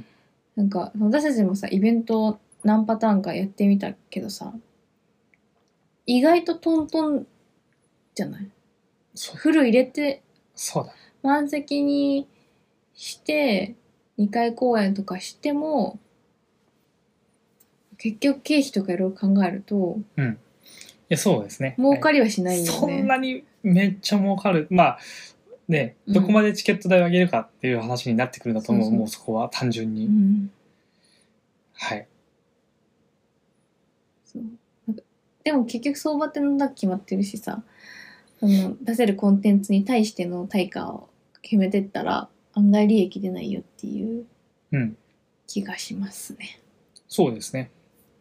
なんか、私たちもさ、イベント何パターンかやってみたけどさ、意外とトントンじゃない？フル入れて、 そうだ。 満席にして、2回公演とかしても、結局経費とかいろいろ考えると、 いや、そうですね。 儲かりはしないよね。 そんなにめっちゃ儲かる。まあ、ね、どこまでチケット代を上げるかっていう話になってくるんだと思う。 そうそうもうそこは単純に。はい。 そうなんかでも結局相場ってのだけ決まってるしさ、出せるコンテンツに対しての対価を決めてったら案外利益出ないよっていう気がしますね。 そうですね。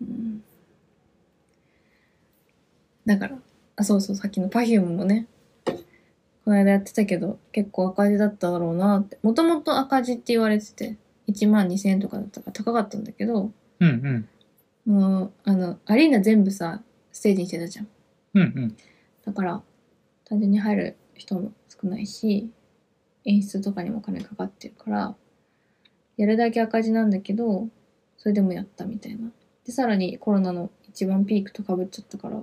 だからそうそう、さっきの Perfume もね、この間やってたけど結構赤字だっただろうなって。もともと赤字って言われてて12000円とかだったから高かったんだけど、もうアリーナ全部さステージにしてたじゃん。だから単純に入る人も少ないし、演出とかにもお金かかってるからやるだけ赤字なんだけど、それでもやったみたいな。でさらにコロナの一番ピークとかぶっちゃったから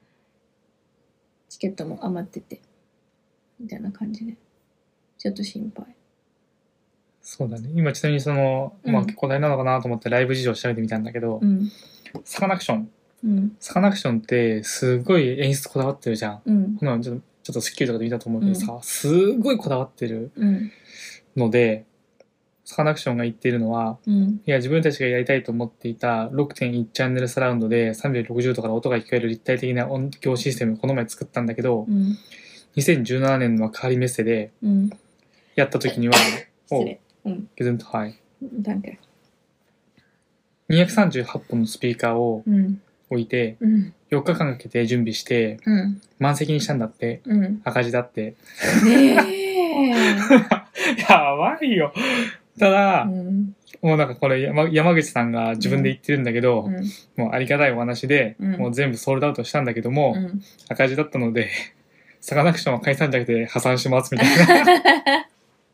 チケットも余っててみたいな感じでちょっと心配。 そうだね。今ちなみにまあ結構大変なのかなと思ってライブ事情調べてみたんだけど、サカナクション。サカナクションってすごい演出こだわってるじゃん。ちょっとスッキリとかで見たと思うけどさ、すごいこだわってるので、サカナクションが言っているのは、いや自分たちがやりたいと思っていた 6.1 チャンネルサラウンドで360度から音が聞こえる立体的な音響システムをこの前作ったんだけど、2017年の幕張メッセでやった時には、 失礼。 はい。238本のスピーカーを置いて、 うん。 4日間かけて準備して、 うん。 満席にしたんだって。 うん。 赤字だって。 ねやばいよ。ただ、 うん。 もうなんかこれ山口さんが自分で言ってるんだけど、 うん。 もうありがたいお話で、 うんもう全部ソールドアウトしたんだけども、 うん。 赤字だったので、サカナクションは解散じゃなくて破産しますみたいな。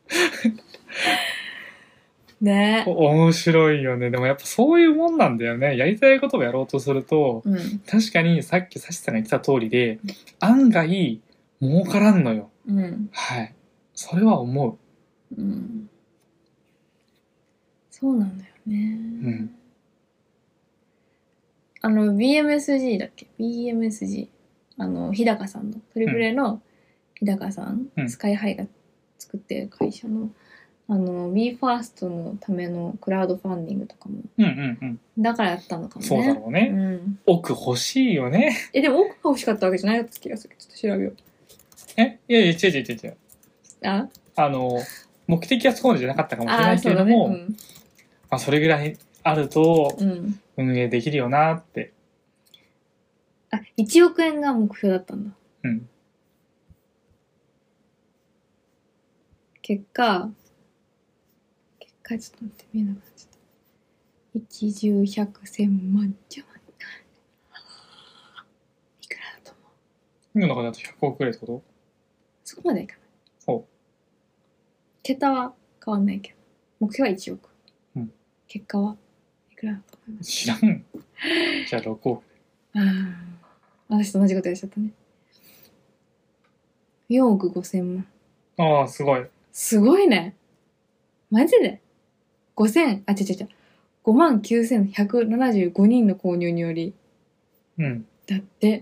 ね。 面白いよね。でもやっぱそういうもんなんだよね。やりたいことをやろうとすると、 うん。 確かにさっきサシさんが言ってた通りで、案外儲からんのよ。 うん。 はい。それは思う。 うん。そうなんだよね。 うん。 BMSG だっけ？ BMSG。日高さんの、トリプレの日高さん、 うんスカイハイが作ってる会社の、BE:FIRST のためのクラウドファンディングとかも、 うんうんうん。 だからやったのかもね。 そうだろうね。 うん。 奥欲しいよね。 でも奥が欲しかったわけじゃない気がする。ちょっと調べよう。 いやいや、違う違う違う違う。 あ目的はそこまでじゃなかったかもしれなあー、 いけそうだね。 れども、まあ、それぐらいあるとうん。うん。 運営できるよなって。 あ、1億円が目標だったんだ。 うん。 結果、ちょっと待って、見えなくなっちゃった。一十百千万じゃん。いくらだと思う？ 今の中だと100億くらいってこと？ そこまでいかない。 ほ桁は変わんないけど。目標は1億。 うん。 結果はいくらだと思いまう。 す？ 知らん。じゃあ6億。 私と同じことやっちゃったね。4億5千万。 ああ、すごい。 すごいね。マジで59,175人の購入により。 うん。 だって、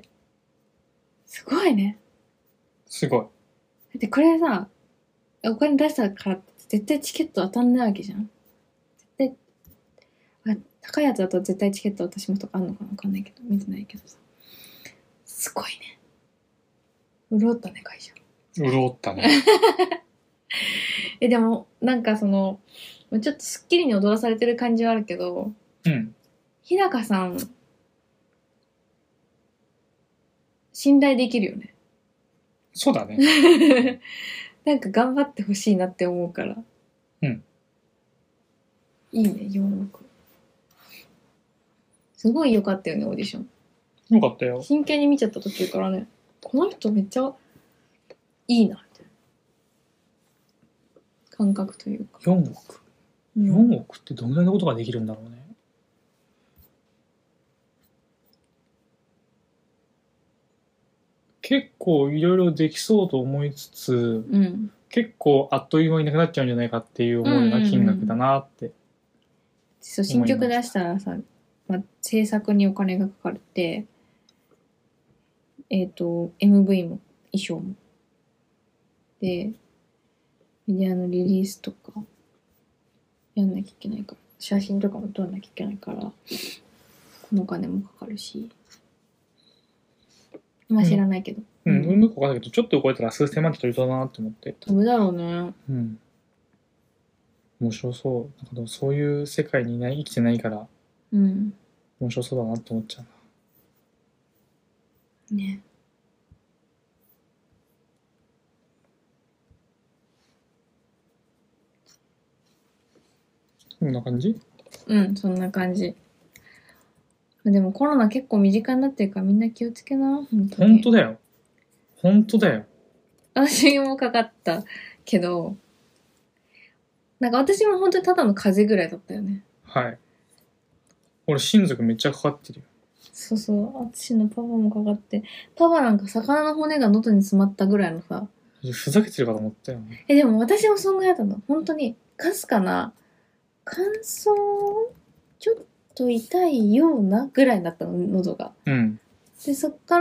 すごいね。 すごい。 だってこれさ、お金出したからって絶対チケット当たんないわけじゃん。絶対、高いやつだと絶対チケット私もとかあんのかなわかんないけど、見てないけどさ。すごいね。潤ったね、会社。 潤ったね。 でも、なんかちょっとスッキリに踊らされてる感じはあるけど、 うん。 日高さん、信頼できるよね。 そうだね。 なんか頑張ってほしいなって思うから。 うん。 いいね、4億。すごい良かったよね、オーディション。 よかったよ。 真剣に見ちゃった途中からね、この人めっちゃいいな、みたいな。感覚というか。 4億。4億ってどんぐらいのことができるんだろうね。結構いろいろできそうと思いつつ、 うん。 結構あっという間になくなっちゃうんじゃないかっていう思うような金額だなって。 そう、新曲出したらさ、制作にお金がかかるって、MV も衣装も。で、メディアのリリースとか、やんなきゃいけないから、写真とかも撮らなきゃいけないから、このお金もかかるし。まあ知らないけど。 うん、よくわかんないけど、ちょっと動いたら数千万って取りそうだなって思って。 飛ぶだろうね。 うん。面白そう。なんかでもそういう世界に生きてないから、 うん。 面白そうだなって思っちゃうな。 ね。 こんな感じ？ うん、そんな感じ。でもコロナ結構身近になってるからみんな気をつけな。本当に。 本当だよ。本当だよ。 私もかかったけど、なんか私も本当にただの風邪ぐらいだったよね。 はい。俺親族めっちゃかかってるよ。 そうそう。私のパパもかかって。パパなんか魚の骨が喉に詰まったぐらいのさ。 ふざけてるかと思ったよね。 でも私もそんぐらいだったの。本当に、かすかな、乾燥ちょっと痛いようなぐらいだったの、喉が。 うん。 で、そっから、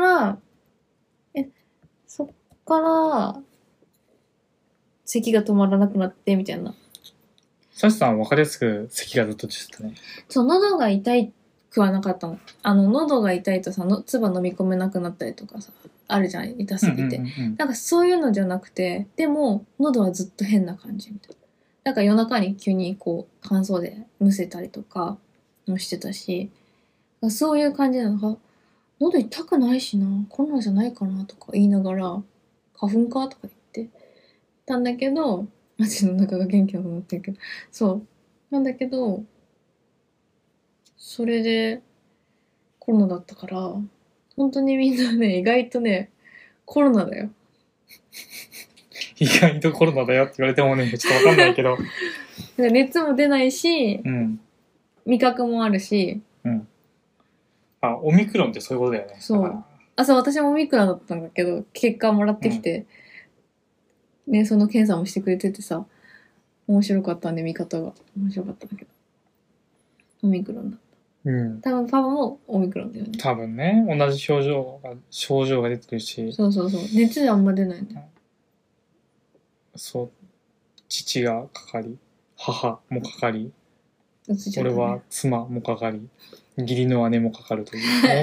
咳が止まらなくなって、みたいな。 サシさんは分かりやすく咳がずっとしてたね。 そう、喉が痛くはなかったの。喉が痛いとさ、唾飲み込めなくなったりとかさ、あるじゃん、痛すぎて。なんかそういうのじゃなくて、でも、喉はずっと変な感じみたいな。なんか夜中に急にこう、乾燥でむせたりとかもしてたし、 そういう感じなのか。喉痛くないしな、コロナじゃないかなとか言いながら、花粉かとか言ってたんだけど、マジの中が元気なくなってるけど、そう。なんだけど、それでコロナだったから、本当にみんなね、意外とね、コロナだよ。 意外とコロナだよって言われてもね、ちょっとわかんないけど。 熱も出ないし、 うん。 味覚もあるし。 うん。あ、オミクロンってそういうことだよね。 そう。あ、そう、私もオミクロンだったんだけど、結果もらってきて、ね、その検査もしてくれててさ、面白かったんで、見方が。面白かったんだけど。オミクロンだった。 うん。 多分パパもオミクロンだよね。 多分ね、同じ症状が出てるし。 そうそうそう。熱あんま出ないんだよ。 そう。父がかかり、母もかかり、 ね、 俺は妻もかかり、義理の姉もかかるという。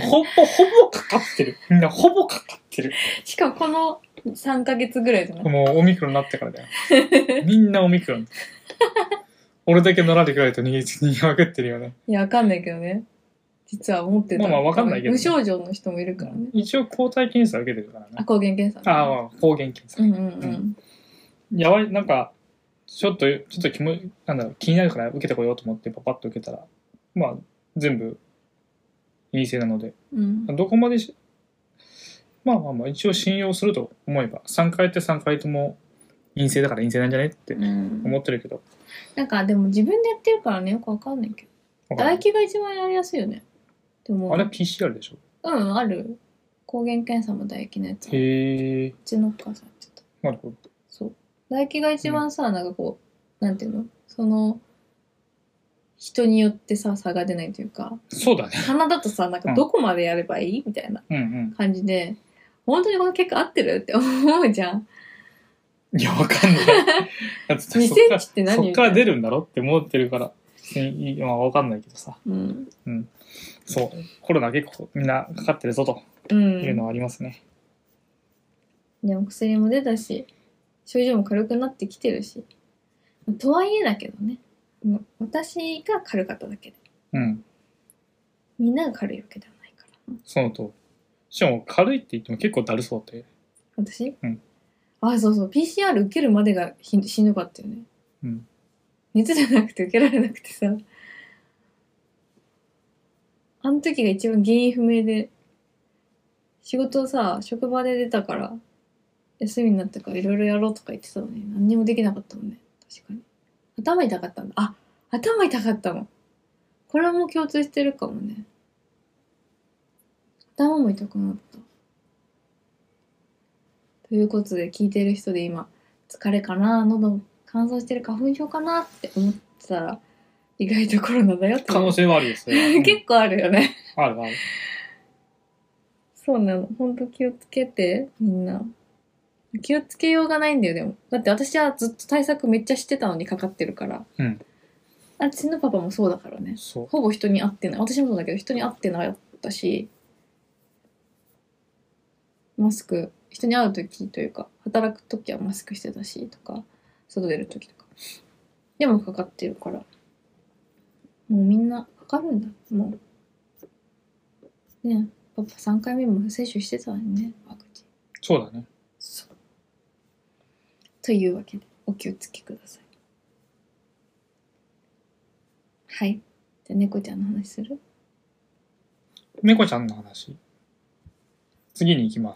もうほぼかかってる。みんなほぼかかってる。 しかもこの3ヶ月ぐらいじゃない？ もうオミクロンになってからだよ。みんなオミクロン。俺だけのらりくらりと逃げまくってるよね。 いや、わかんないけどね。実は思ってた。 まあわかんないけど、ね。 無症状の人もいるからね。 一応抗体検査受けてるからね。 あ、抗原検査、 ね。ああ、抗原検査。 うんうんうん。 やばい、なんか、ちょっと気になるから受けてこようと思ってパパッと受けたら、まあ、全部陰性なので、どこまでまあ、一応信用すると思えば、3回やって3回とも陰性だから陰性なんじゃねって思ってるけど。 なんか、でも自分でやってるからね、よくわかんないけど。唾液が一番やりやすいよね。 あれ PCR でしょ？ ある。抗原検査も唾液のやつ。 へえ。 うちのお母さんやってた。 なるほど。 そう。唾液が一番さ、なんかこう、なんていうの？その、人によってさ、差が出ないというか。 そうだね。 鼻だとさ、なんかどこまでやればいいみたいな感じで、本当にこの結果合ってるって思うじゃん。 いや、わかんない。2センチって何？そっから出るんだろって思ってるから。まあ、わかんないけどさ。うん。そう。コロナ結構みんなかかってるぞというのはありますね。 でも薬も出たし、症状も軽くなってきてるし。とはいえだけどね。私が軽かっただけで。みんなが軽いわけではないから。 そのと。しかも軽いって言っても結構だるそうって。 私？あ、そうそう。PCR 受けるまでがしんどかったよね。熱じゃなくて受けられなくてさ。あの時が一番原因不明で、仕事さ、職場で出たから、休みになったからいろいろやろうとか言ってたのに、何にもできなかったもんね。確かに。頭痛かったんだ。あ、頭痛かったの。これはもう共通してるかもね。頭も痛くなった。ということで、聞いてる人で今、疲れかな、喉乾燥してる花粉症かなって思ってたら、意外とコロナだよって。 可能性はあるよ、それは。 結構あるよね。 あるある。 そうなの。ほんと気をつけて、みんな。気をつけようがないんだよ、でも。だって私はずっと対策めっちゃしてたのにかかってるから。私のパパもそうだからね。ほぼ人に会ってない。私もそうだけど、人に会ってなかったし、マスク、人に会う時というか、働く時はマスクしてたし、とか、外出る時とか。でもかかってるから。もうみんなかかるんだ。もう。ね、パパ3回目も接種してたのにね、ワクチン。 そうだね。 そう。というわけで、お気をつけください。はい。じゃあ、猫ちゃんの話する？ 猫ちゃんの話。次に行きます。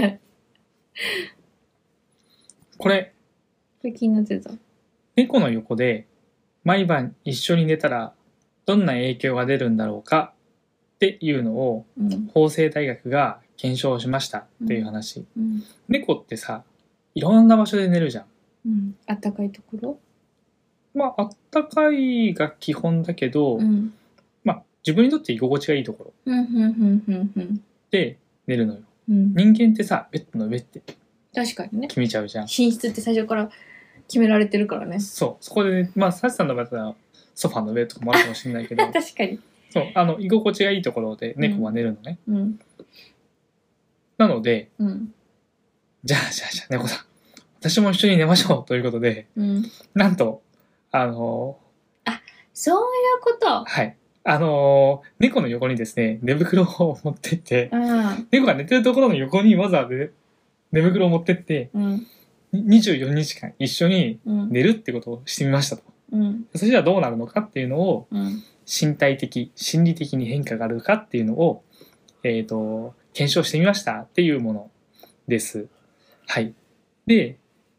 これ気になってた。 猫の横で毎晩一緒に寝たらどんな影響が出るんだろうかっていうのを、法政大学が検証しましたっていう話。猫ってさ、いろんな場所で寝るじゃん。 あったかいところ？ まあ、あったかいが基本だけど、まあ、自分にとって居心地がいいところで寝るのよ。人間ってさ、ベッドの上って確かにね決めちゃうじゃん。 寝室って最初から決められてるからね。 そう、そこでね、まあサチさんの場合はソファーの上とかもあるかもしれないけど確かに。 そう、居心地がいいところで猫は寝るのね。なので、じゃあ猫さん、私も一緒に寝ましょうということで、なんとそういうこと。 はい。 猫の横にですね、寝袋を持ってって、 ああ。 猫が寝てるところの横にわざわざ寝袋を持ってって、 うん。 24日間一緒にうん。 寝るってことをしてみましたと。 うん。 それじゃあどうなるのかっていうのを、 うん。 身体的、心理的に変化があるかっていうのを、検証してみましたっていうものです。はい。で、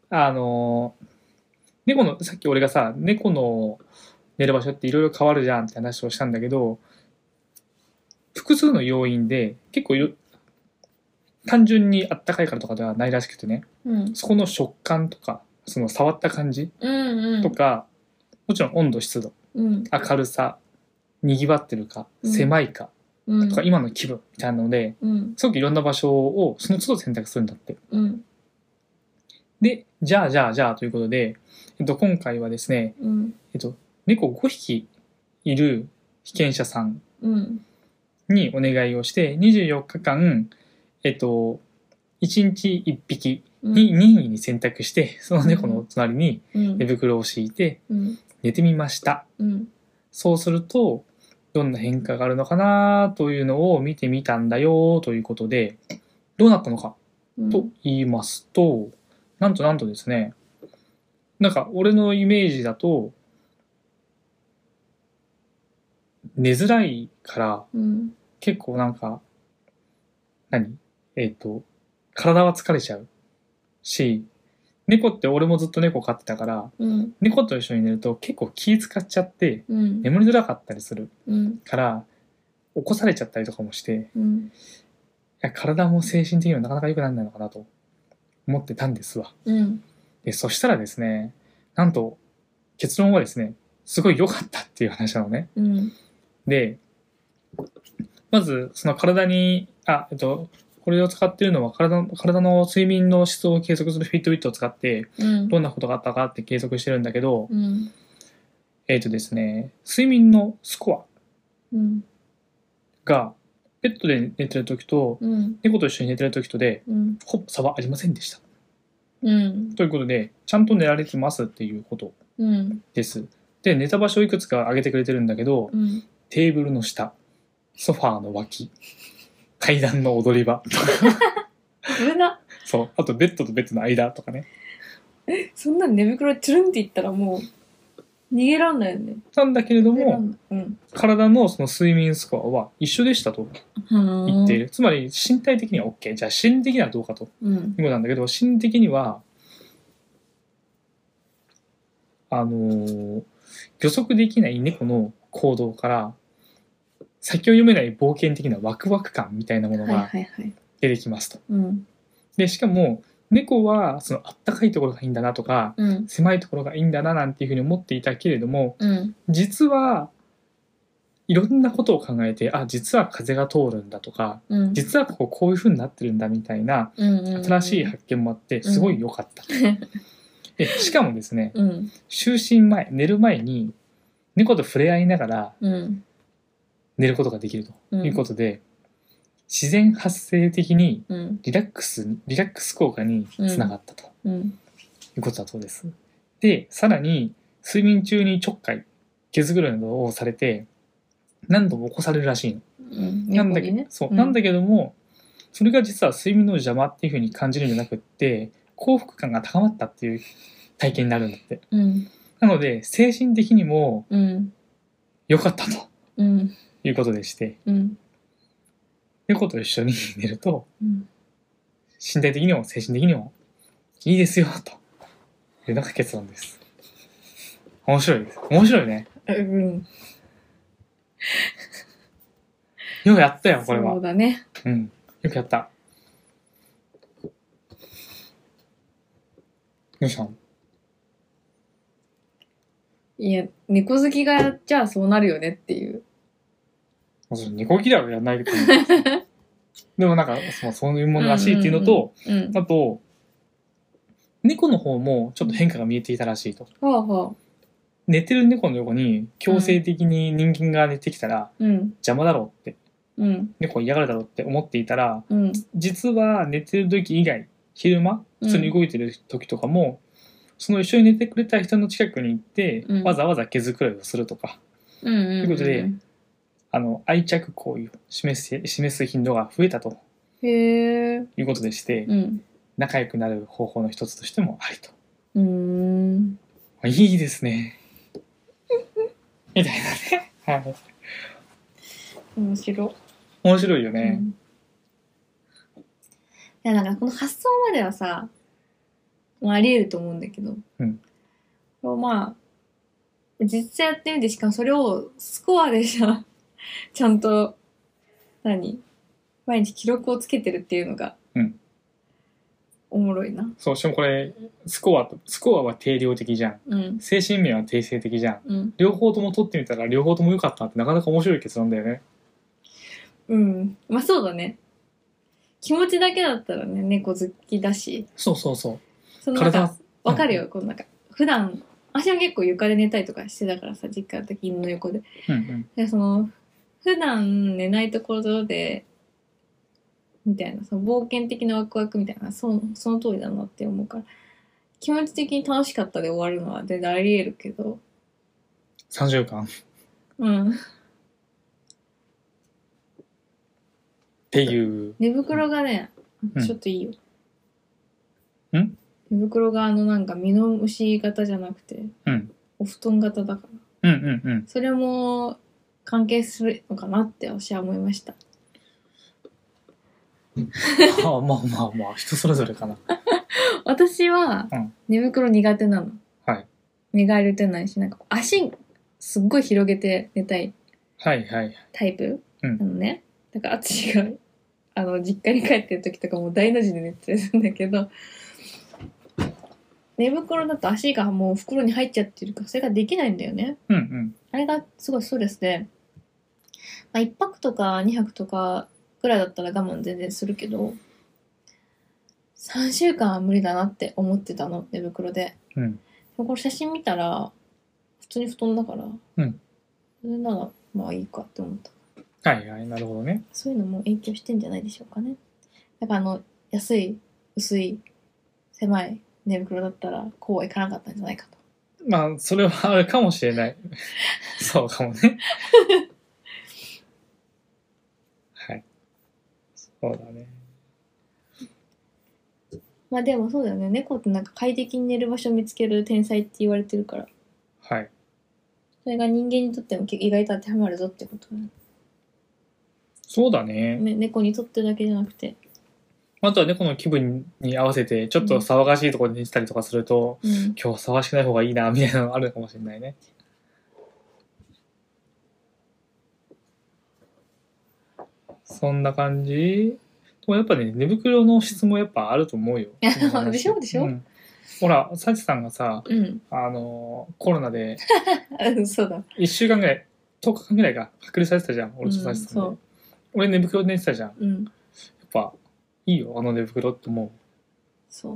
猫の、さっき俺がさ、猫の寝る場所っていろいろ変わるじゃんって話をしたんだけど、複数の要因で結構単純にあったかいからとかではないらしくてね、 うん。 そこの食感とか、その触った感じうん。 とか、もちろん温度、湿度、 うん。 明るさ、賑わってるか、 うん狭いか、 うん。 とか今の気分みたいなので、 うん。 すごくいろんな場所をその都度選択するんだって。 うん。 で、じゃあということで、今回はですね、 うん。 猫5匹いる被験者さんうん。 にお願いをして、24日間、1日1匹に任意に選択して、その猫の隣に寝袋を敷いて寝てみました。 うん。 そうすると、どんな変化があるのかなというのを見てみたんだよということで、どうなったのかと言いますと、なんとですね、なんか俺のイメージだと、寝づらいからうん。 結構なんか、体は疲れちゃうし、猫って俺もずっと猫飼ってたから、 うん。 猫と一緒に寝ると結構気使っちゃってうん。 眠りづらかったりするうん。 から、起こされちゃったりとかもして、 うん。 いや体も精神的にはなかなか良くならないのかなと思ってたんですわ。 うん。 で、そしたらですね、なんと結論はですね、すごい良かったっていう話なのね。 うん。 で、まずその体に、これを使っているのは体の睡眠の質を計測するフィットビットを使ってどんなことがあったかって計測してるんだけど、 うん。 ですね、睡眠のスコうん。 アがベッドで寝てる時とうん。 猫と一緒に寝てる時とでうん。 ほぼ差はありませんでした。 うん。 ということで、ちゃんと寝られてますっていうことうん。 です。で、寝た場所をいくつか挙げてくれてるんだけど、 うん。 テーブルの下、ソファーの脇、階段の踊り場、 危な。 そう、あとベッドとベッドの間とかね。 そんな寝袋チュルンっていったらもう逃げらんないよね。 なんだけれども、 逃げらんない。うん。 体のその睡眠スコアは一緒でしたと言っている。 る。つまり身体的には OK。じゃあ心理的にはどうかとうん。 いうことなんだけど、心理的には、予測できない猫の行動から先を読めない冒険的なワクワク感みたいなものはいがはいはい。 出てきますと。 うん。 で、しかも猫はそのあったかいところがいいんだなとか、 うん。 狭いところがいいんだななんていうふうに思っていたけれども、 うん。 実はいろんなことを考えて、実は風が通るんだとか、 うん。 実はこういうふうになってるんだみたいな新しい発見もあってすごい良かった。で、しかもですね、 うん。 就寝前、寝る前に猫と触れ合いながらうん。 寝ることができるとうん。 いうことで、自然発生的にうん。 リラックス効果につながったとうん。 いうことだそうです。で、さらに睡眠中にちょっかい、毛づくろいなどをされて何度も起こされるらしいの。 うん。 なんだけど、 猫にね。 そう、 うんなんだけども、それが実は睡眠の邪魔っていうふうに感じるんじゃなくって、幸福感が高まったっていう体験になるんだって。 うん。 なので、精神的にもうん。 良かったとうん。 いうことでして、 うん。 猫と一緒に寝ると、 うん。 身体的にも精神的にもいいですよ、というのが結論です。面白いです。面白いね。 うん。 よくやったよ、これは。 そうだね。 うん。よくやった。どうしたの？ いや、猫好きがやっちゃそうなるよねっていう。 猫嫌いはやんないけど、でもなんかそういうものらしいっていうのと、 うん。 あと、猫の方もちょっと変化が見えていたらしいと。 はあはあ。 寝てる猫の横に強制的に人間が寝てきたらうん。 邪魔だろうって、 うん。 猫は嫌がるだろうって思っていたら、 うん。 実は寝てる時以外、昼間、普通に動いてる時とかも、その一緒に寝てくれた人の近くに行って、 うんわざわざ毛づくろいをするとか、 うん。 ということで愛着行為を示す頻度が増えたとへえ。 いうことでして、 うん。 仲良くなる方法の一つとしてもあると。いいですね。みたいなね。はい。 面白。 面白いようね。 ん。いや、なんかこの発想まではさ、まあ、あり得ると思うんだけど。これまあ、実際やってみて、しかもそれをスコアでさ、ちゃんと、毎日記録をつけてるっていうのが、おもろいな。 そう、しかもこれ、スコアは定量的じゃん。 うん。 精神面は定性的じゃん。 うん。 両方とも取ってみたら両方とも良かったってなかなか面白い結論だよね。 うん。まあそうだね。気持ちだけだったらね、猫好きだし。 そうそうそう。 そのなんか、わかるよ。このなんか、普段、私も結構床で寝たりとかしてたからさ、実家の時犬の横で。で、普段寝ないところで、みたいな、その冒険的なワクワクみたいな、その通りだなって思うから、気持ち的に楽しかったで終わるのは全然あり得るけど。 3週間。 うん。 っていう。 寝袋がね、ちょっといいよ。 ん？ 寝袋がなんかミノムシ型じゃなくて、お布団型だから。それも関係するのかなって私は思いました。 まあ人それぞれかな。 私は寝袋苦手なの。 はい。 寝返り打てないし、なんか足すっごい広げて寝たいタイプなのね。だから私が実家に帰ってる時とかも大の字で寝てるんだけど、寝袋だと足がもう袋に入っちゃってるからそれができないんだよね。あれがすごいストレスで、まあ、1泊とか2泊とかぐらいだったら我慢全然するけど、3週間は無理だなって思ってたの、寝袋で。でもこれ写真見たら普通に布団だから、それならまあいいかって思った。 はいはい、なるほどね。 そういうのも影響してんじゃないでしょうかね。だから安い、薄い、狭い寝袋だったらこうはいかなかったんじゃないかと。 まあ、それはあるかもしれない。そうかもね。はい。そうだね。 まあでもそうだよね。猫ってなんか快適に寝る場所を見つける天才って言われてるから。 はい。それが人間にとっても意外と当てはまるぞってことね。 そうだね。 猫にとってだけじゃなくて。 あとは猫の気分に合わせてちょっと騒がしいところで寝てたりとかすると、今日は騒がしくない方がいいなみたいなのがあるかもしれないね。そんな感じ。でもやっぱね、寝袋の質もやっぱあると思うよ。 でしょ、 ほら、サチさんがさ、コロナでそうだ。 1週間ぐらい、10日間ぐらいが隔離されてたじゃん、俺とサチさんで。俺寝袋で寝てたじゃん。やっぱいいよ、寝袋って思う。 そう。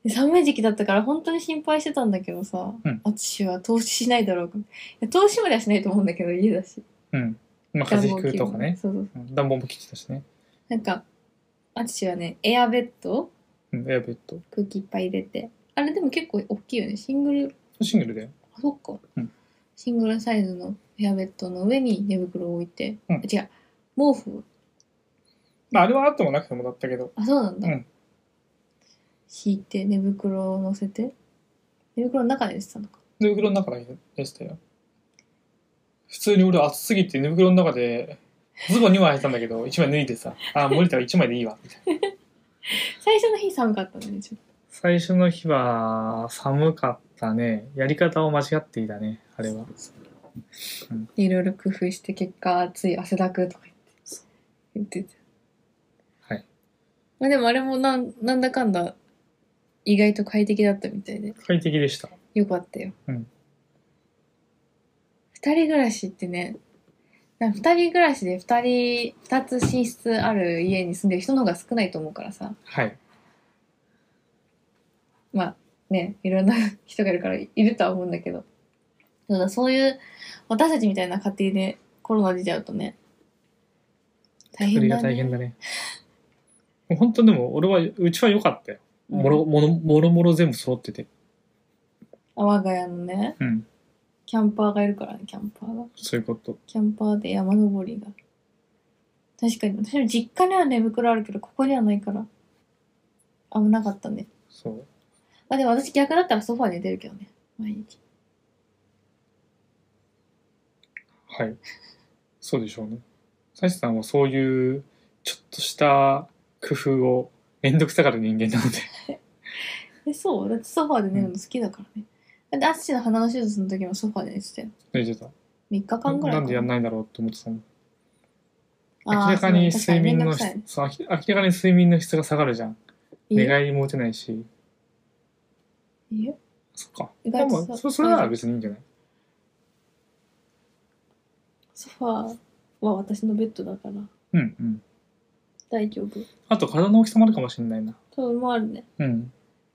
寒い時期だったから本当に心配してたんだけどさ、私は投資しないだろうか。投資まではしないと思うんだけど、家だし。 まあ、風邪ひくとかね。暖房も切ってたしね。 なんか、私はね、エアベッド、 エアベッド。 空気いっぱい入れて。あれでも結構大きいよね。シングルだよ。 あ、そっか。シングルサイズのエアベッドの上に寝袋を置いて。違う。毛布。 まあ、あれはあってもなくてもだったけど。 あ、そうなんだ。敷いて寝袋を乗せて。寝袋の中で寝てたのか。 寝袋の中で寝てたよ。普通に俺暑すぎて寝袋の中でズボン2枚履いてたんだけど1枚脱いでさ、無理だ1枚でいいわみたいな。 最初の日寒かったね。 最初の日は寒かったね。やり方を間違っていたね、あれは。 いろいろ工夫して結果暑い汗だくとか言ってて。 はい。 まあでもあれもなんだかんだ意外と快適だったみたいで。 快適でした。 よかったよ。二人暮らしってね、二人暮らしで二つ寝室ある家に住んでる人の方が少ないと思うからさ。 はい。 まあね、いろんな人がいるからいるとは思うんだけど。そういう私たちみたいな家庭でコロナ出ちゃうとね、大変だね。 大変だね。本当でもうちは良かったよ。もろもろ全部揃ってて。 我が家のね、 キャンパーがいるからね、キャンパーが。 そういうこと。 キャンパーで山登りが。確かに、私の実家には寝袋あるけど、ここにはないから。危なかったね。 そう。 あ、でも私逆だったらソファーで寝てるけどね。毎日。 はい。そうでしょうね。サシさんはそういうちょっとした工夫をめんどくさがる人間なので。 そうだってソファーで寝るの好きだからね。だってアッシーの鼻の手術の時もソファーで寝てたよ。 寝てた。 3日間ぐらいかなんでやんないんだろうって思ってたの。明あらかにそう確かに睡眠のめんどくさいね質、そう明らかに睡眠の質が下がるじゃん。 いいよ寝返りも打てないし。 いいよ。 そっか。 意で外とさもそれなら別にいいんじゃない？ ソファーは私のベッドだからうんうん。 大丈夫。 あと体の大きさもあるかもしれないな。 そうもあるね。 うん。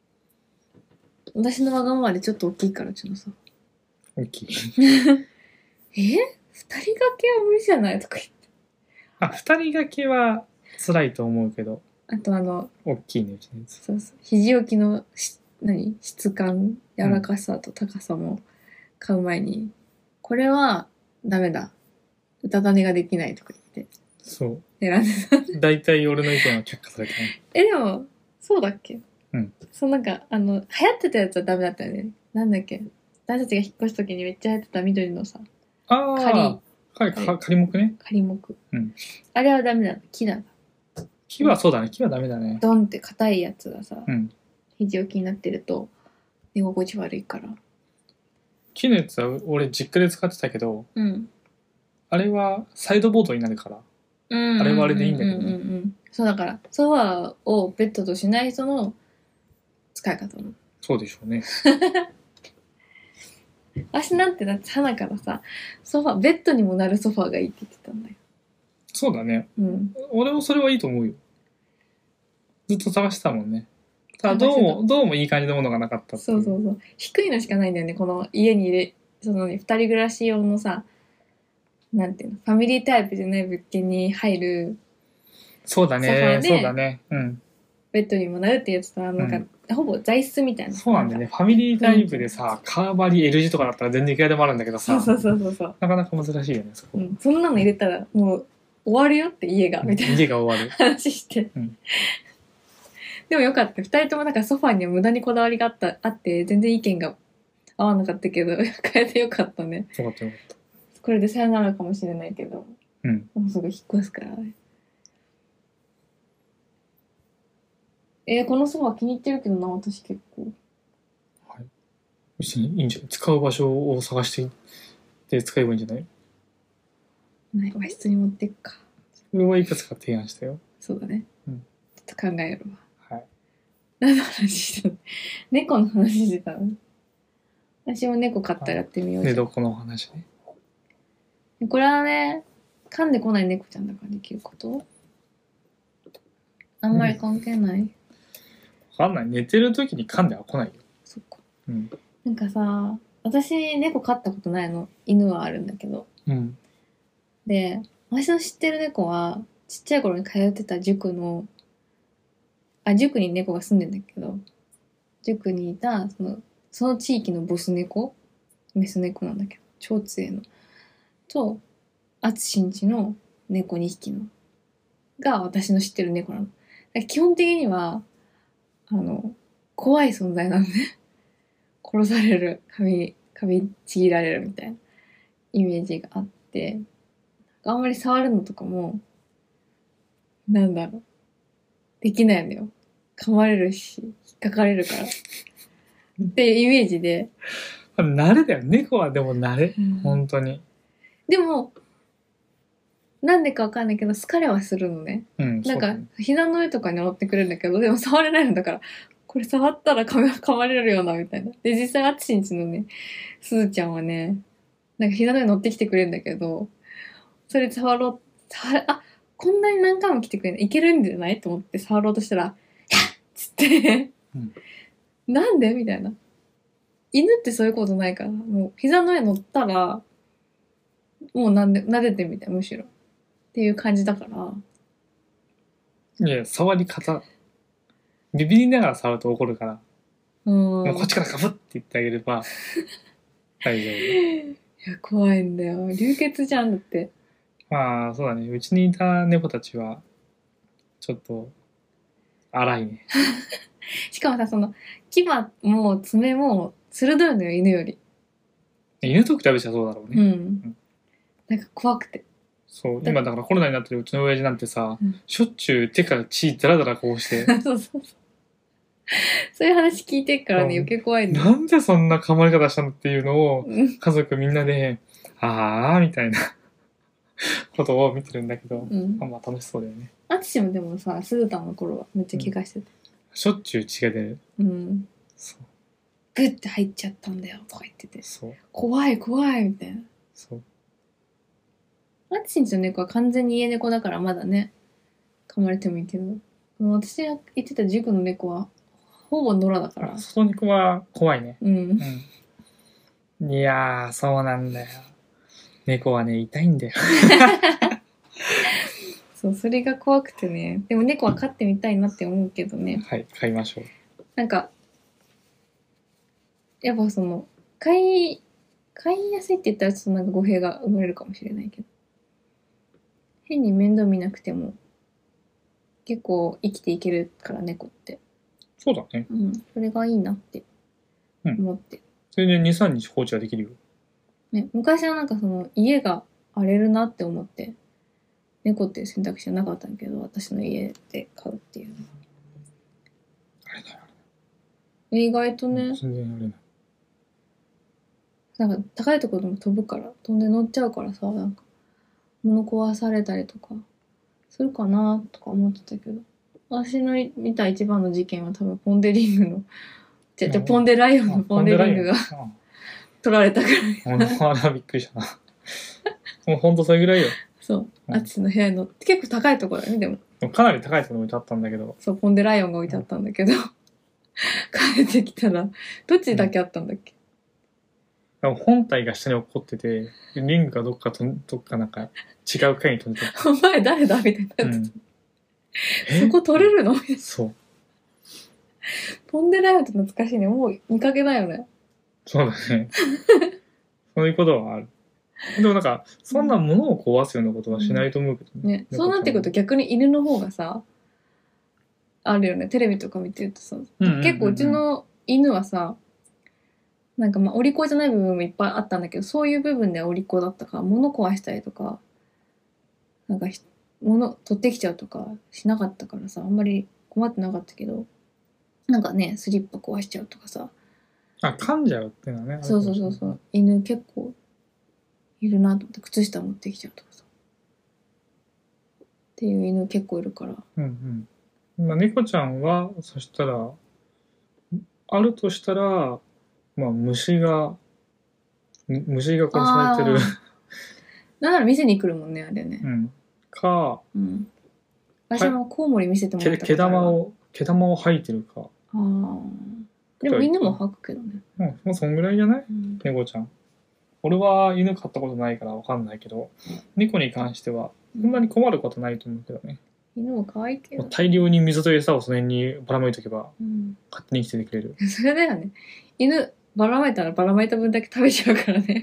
私のわがままでちょっと大きいからうちのさ。 大きい。 二人掛けは無理じゃないとか言って。 あ、二人掛けは辛いと思うけど、 あと大きいね、うちのやつ。 そうそう。肘置きの質感、柔らかさと高さも買う前に、これはダメだ。うたた寝ができないとか言ってそう。 選んでた。 大体俺の意見は却下されたね。 でも、そうだっけ？ うん。 そうなんか、流行ってたやつはダメだったよね。なんだっけ？私たちが引っ越すときにめっちゃ流行ってた緑のさ、 ああ、仮木ね。 仮木。 うん。 あれはダメだ。木だ。 木はそうだね。木はダメだね。 ドンって硬いやつがさ、 うん。 肘置きになってると寝心地悪いから。 木のやつは俺実家で使ってたけど、 うん。 あれはサイドボードになるから。 あれはあれでいいんだけどねそうだからソファーをベッドとしない人の使い方もそうでしょうね。 私なんてだって花からさベッドにもなるソファーがいいって言ってたんだよ。 そうだね。 うん俺もそれはいいと思うよ。ずっと探してたもんね。ただどうもいい感じのものがなかったっていそう低いのしかないんだよね。この家にその2人暮らし用のさ、なんていうの、ファミリータイプじゃない物件に入るそうだソファーね。 でそうだね。うん。 ベッドにもなるってやつとはなんか、ほぼ座椅子みたいな。 そうなんだよね。ファミリータイプでさ、カーバリ L 字とかだったら全然いくらでもあるんだけどさ、 そう。 なかなか難しいよね、そこ。 そんなの入れたらもう終わるよって家がみたいな家が終わる。 話して、 うんでもよかった。2人ともなんかソファーには無駄にこだわりがあって全然意見が合わなかったけど変えてよかったね。 よかったよかった。 これでさよならかもしれないけど、 うん。 もうすぐ引っ越すからね。このソファー気に入ってるけどな、私結構。 はい。別にいいんじゃない？使う場所を探してで使えばいいんじゃない？ ない和室に持ってくか。 それはいくつか提案したよ。 そうだね。 うんちょっと考えるわ。 はい。 何の話してたの？猫の話してたの？私も猫飼ったらやってみようじゃん。 寝床の話ね。 これはね、噛んでこない猫ちゃんだからできること？あんまり関係ない。 わかんない。寝てる時に噛んでは来ないよ。 そっか。 うん。 なんかさ、私猫飼ったことないの。犬はあるんだけど。 うん。 で、私の知ってる猫は、ちっちゃい頃に通ってた塾に猫が住んでんだけど、塾にいた、その地域のボス猫、メス猫なんだけど、超強いの。と、あつしんちの猫2匹の、が私の知ってる猫なの。だから基本的には、怖い存在なのね。殺される、噛みちぎられるみたいなイメージがあって、あんまり触るのとかも、なんだろう。できないのよ。噛まれるし、引っかかれるから。っていうイメージで。 慣れだよ。猫はでも慣れ。本当に。 でも、なんでかわかんないけど、好かれはするのね。 うん。 なんか、膝の上とかに乗ってくるんだけど、でも触れないのだから、これ触ったら噛まれるよな、みたいな。で、実際、あつしんちのね、すずちゃんはね、なんか膝の上に乗ってきてくれるんだけど、それこんなに何回も来てくれるのいけるんじゃないと思って触ろうとしたら、ヒャッつってなんでみたいな。犬ってそういうことないから、もう膝の上乗ったら、もう撫でてみたい、むしろ。っていう感じだから。 いや、触り方。ビビりながら触ると怒るから、もうこっちからガブって言ってあげれば、 大丈夫。 いや、怖いんだよ。流血じゃんだって。 まあ、そうだね。うちにいた猫たちは、ちょっと、荒いね。 しかもさ、その、牙も爪も鋭いのよ、犬より。 犬と比べちゃそうだろううね。 ん。なんか怖くて。 そう。今だからコロナになってるうちの親父なんてさ、 うんしょっちゅう手から血ダラダラこうして、 そうそうそう。そういう話聞いてっからね、 うん余計怖いんだよ。 なんでそんな噛まれ方したのっていうのを、 うん。 家族みんなで、あーみたいなことを見てるんだけど、 うん。 まあ楽しそうだよね。 あつしもでもさ、スータンの頃はめっちゃ怪我してた。 しょっちゅう血が出る。 うん。 そう。 グッて入っちゃったんだよとか言ってて。 そう。 怖い怖いみたいな。 そう。 あつしんちの猫は完全に家猫だからまだね、噛まれてもいいけど、私が言ってた塾の猫は、ほぼ野良だから。 外肉は怖いね。 うん。 うん。いやー、そうなんだよ。猫はね、痛いんだよ。 そう、それが怖くてね。でも猫は飼ってみたいなって思うけどね。 はい、買いましょう。 なんか、やっぱその、飼いやすいって言ったらちょっとなんか語弊が生まれるかもしれないけど。変に面倒見なくても、結構生きていけるから猫って。 そうだね。 うん。それがいいなって思って。 それで2、3日放置はできるよ。 ね、昔はなんかその家が荒れるなって思って猫っていう選択肢はなかったんだけど、私の家で飼うっていうあれだよ。 意外とね、 全然あれない。 なんか高いところでも飛ぶから飛んで乗っちゃうからさ、なんか物壊されたりとかするかなとか思ってたけど、私の見た一番の事件は多分ポンデリングのポンデライオンのポンデリングが取られたぐらい。 あら、びっくりしたな。もうほんとそれぐらいよ。 そう、あっちの部屋の結構高いところだよね。でもかなり高いところに置いてあったんだけど。 そう、ポンデライオンが置いてあったんだけど、帰ってきたら、どっちだけあったんだっけ、 本体が下に落っこってて、リングがどっかなんか違う階に飛んでた。 お前誰だみたいになってうんた。そこ取れるのそう。 ポンデライオンって懐かしいね。もう見かけだよね。 そうだね。そういうことはある。でもなんか、そんな物を壊すようなことはしないと思うけどね。そうなってくると逆に犬の方がさ、あるよね。テレビとか見てるとさ、結構うちの犬はさ、なんかまあ、お利口じゃない部分もいっぱいあったんだけど、そういう部分ではお利口だったから、物壊したりとか、なんか物取ってきちゃうとかしなかったからさ、あんまり困ってなかったけど、なんかね、スリッパ壊しちゃうとかさ。 あ、噛んじゃうっていうのはね。 そうそうそうそう。犬結構いるなと思って、靴下持ってきちゃうとかさ。っていう犬結構いるから。 うんうん。まあ、猫ちゃんは、そしたら、あるとしたら、まあ、虫が殺されてる。 なんなら店に来るもんね、あれね。 うん。か、 うん。私もコウモリ見せてもらったことあるわ。 毛玉を吐いてるか。 ああ。でも犬も吐くけどね。 うん、もうそんぐらいじゃない、 うん、 猫ちゃん。俺は犬飼ったことないからわかんないけど、猫に関しては、そんなに困ることないと思うけどね。 犬も可愛いけど。 大量に水と餌をその辺にばらまいとけば、 うん、 勝手に生きててくれる。 それだよね。犬、ばらまいたらばらまいた分だけ食べちゃうからね。 うん。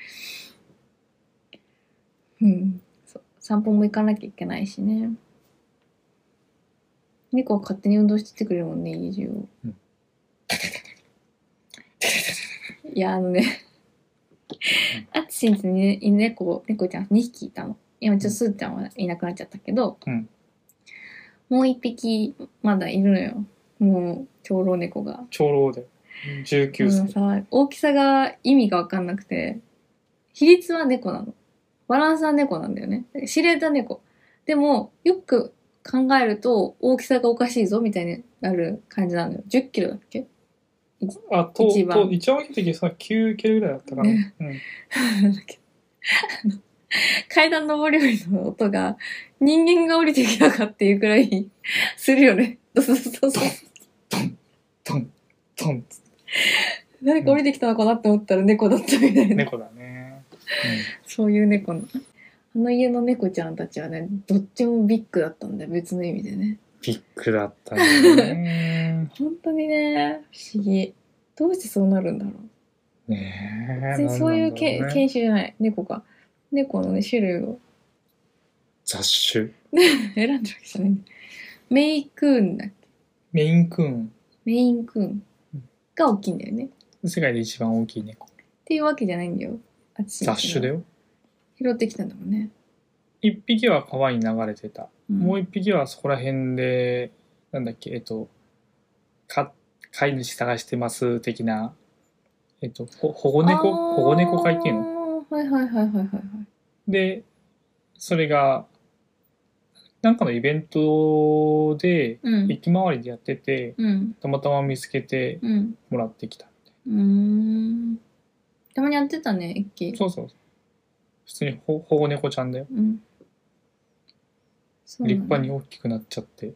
うん。そう。散歩も行かなきゃいけないしね。猫は勝手に運動しててくれるもんね、家中を。 うん、 いや、あっちしんちに猫ちゃん2匹いたの。今ちょっとスーちゃんはいなくなっちゃったけど、 うん、 もう1匹まだいるのよ。もう長老猫が。 長老で19歳。 さ、大きさが意味がわかんなくて、比率は猫なの。バランスは猫なんだよね。知れた猫。でも、よく考えると大きさがおかしいぞみたいになる感じなのよ。10キロだっけ？ 一番大きい時さ9キロぐらいだったかな。 ね、うん、階段上り下りの音が人間が降りてきたかっていうくらいするよね。そうそうそう。 トントントン。 誰か降りてきたのかなって思ったら猫だったみたいな。 猫だね。 うん、そういう猫の。あの家の猫ちゃんたちはね、どっちもビッグだったんだよ、別の意味でね。 ビッグだったね。 本当にね、不思議。どうしてそうなるんだろう。 ねえ。 そういうなんなんだろうね犬種じゃない。猫か。猫のね、種類を雑種。 選んでるわけじゃない。メイクーンだっけ。 メインクーン。 メインクーンが大きいんだよね。 世界で一番大きい猫。 っていうわけじゃないんだよ。 雑種だよ。 拾ってきたんだもんね。 一匹は川に流れてた。 うんもう一匹はそこら辺で、なんだっけ、飼い主探してます的な、保護猫飼いっていうのはいはいはいはいはいはい。 で、それが、なんかのイベントで、 うん駅回りでやってて、 うんたまたま見つけてうんもらってきた。 たまにやってたね、一気。 そうそう。普通に保護猫ちゃんだよ。 うん。そうなんだ立派に大きくなっちゃって。 びっ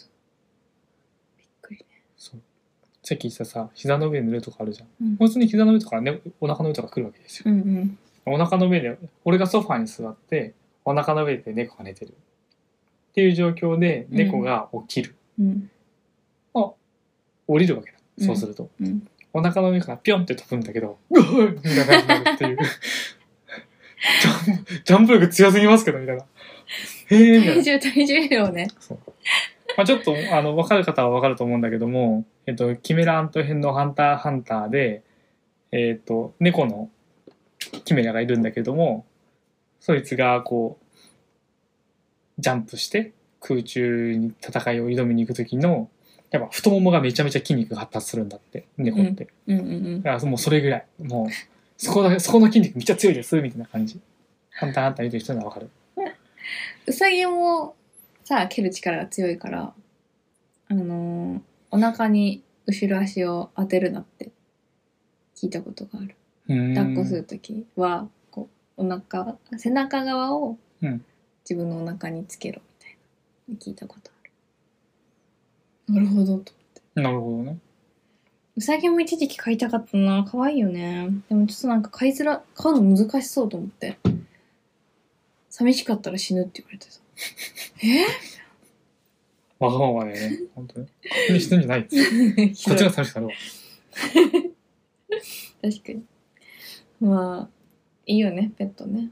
くりね。 そう。さっき言ったさ、膝の上に寝るとかあるじゃん。 うん普通に膝の上とか、ね、お腹の上とか来るわけですよ。 うんうんお腹の上で、俺がソファーに座って、お腹の上で猫が寝てる。っていう状況で猫が起きる。 うん降りるわけだ。そうすると。 うん。 お腹の上からピョンって飛ぶんだけど、うわっみたいな感じになるっていう。ジャンプ力強すぎますけど、みたいな。へえみたいな。 体重量ね。 そう。まあちょっと、わかる方はわかると思うんだけども、キメラアント編のハンターハンターで、猫のキメラがいるんだけども、そいつがこう、ジャンプして空中に戦いを挑みに行くときの、やっぱ太ももがめちゃめちゃ筋肉が発達するんだって、猫って。 うんうんだからもうそれぐらい。もう、そこの筋肉めっちゃ強いです、みたいな感じ。ハンターハンター見てる人ならわかる。 うさぎもさ、蹴る力が強いから、お腹に後ろ足を当てるなって聞いたことがある。抱っこするときは、こう、背中側をうん自分のお腹につけろみたいな、聞いたことある。なるほどと。 なるほどね。 うさぎも一時期飼いたかったな。可愛いよね。でもちょっとなんか飼うの難しそうと思って。寂しかったら死ぬって言われてさ。 わがままだよね。本当に。勝手にしてんじゃないですよ。こっちが寂しくなるわ。 確かに。まあ、いいよね、ペットね。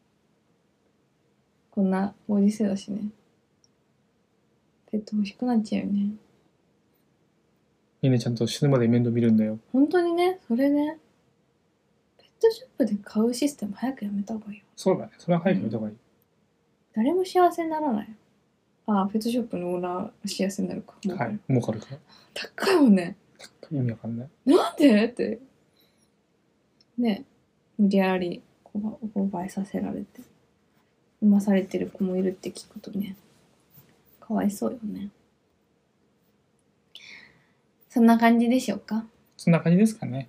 こんなご時世だしね。ペット欲しくなっちゃうよね。 みんなちゃんと死ぬまで面倒見るんだよ。 本当にね、それね。ペットショップで買うシステム早くやめた方がいいよ。 そうだね。それは早く見た方がいい。 誰も幸せにならない。ああ、ペットショップのオーナー幸せになるか。 はい。儲かるから。 高いもんね。 意味わかんない。 なんでって。ね、無理やり購買させられて、産まされてる子もいるって聞くとね、かわいそうよね。そんな感じでしょうか。 そんな感じですかね。 うん。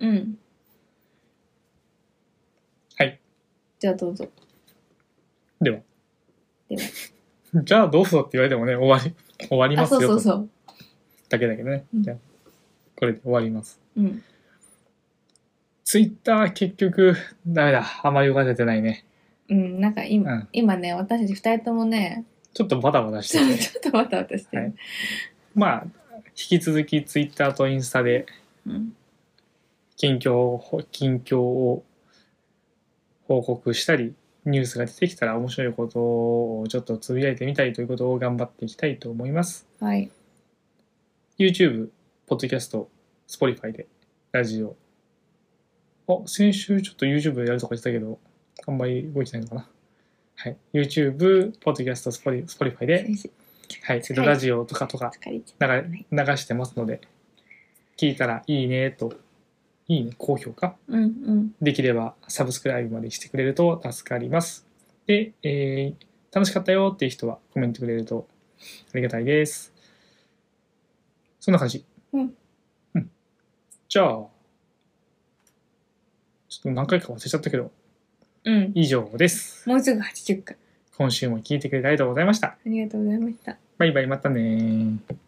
はい。 じゃあどうぞ。 では。 では。 じゃあどうぞって言われてもね、終わりますよと。 そう。 だけだけどね。 うんじゃあ、これで終わります。 うん。 ツイッター結局、ダメだ。あまり動かせてないね。 うん、なんか今、 うん今ね、私たち二人ともね、 ちょっとバタバタしてて。 ちょっとバタバタしてる。 はいまあ、引き続きツイッターとインスタでうん。 近況を報告したり、ニュースが出てきたら面白いことをちょっとつぶやいてみたいということを頑張っていきたいと思います。 はい。 YouTube、Podcast、Spotify でラジオ。先週ちょっと YouTube でやるとか言ってたけど、あんまり動いてないのかな。はい。YouTube、Podcast、Spotify で、はい。ラジオとか疲れちゃう。 流してますので、聞いたらいいねと、いいね、高評価うんうん。 できればサブスクライブまでしてくれると助かります。で、楽しかったよっていう人はコメントくれるとありがたいです。そんな感じ。 うん。 じゃあ、ちょっと何回か忘れちゃったけど、 うん。 以上です。 もうすぐ80回。 今週も聞いてくれてありがとうございました。 ありがとうございました。 バイバイ、またねー。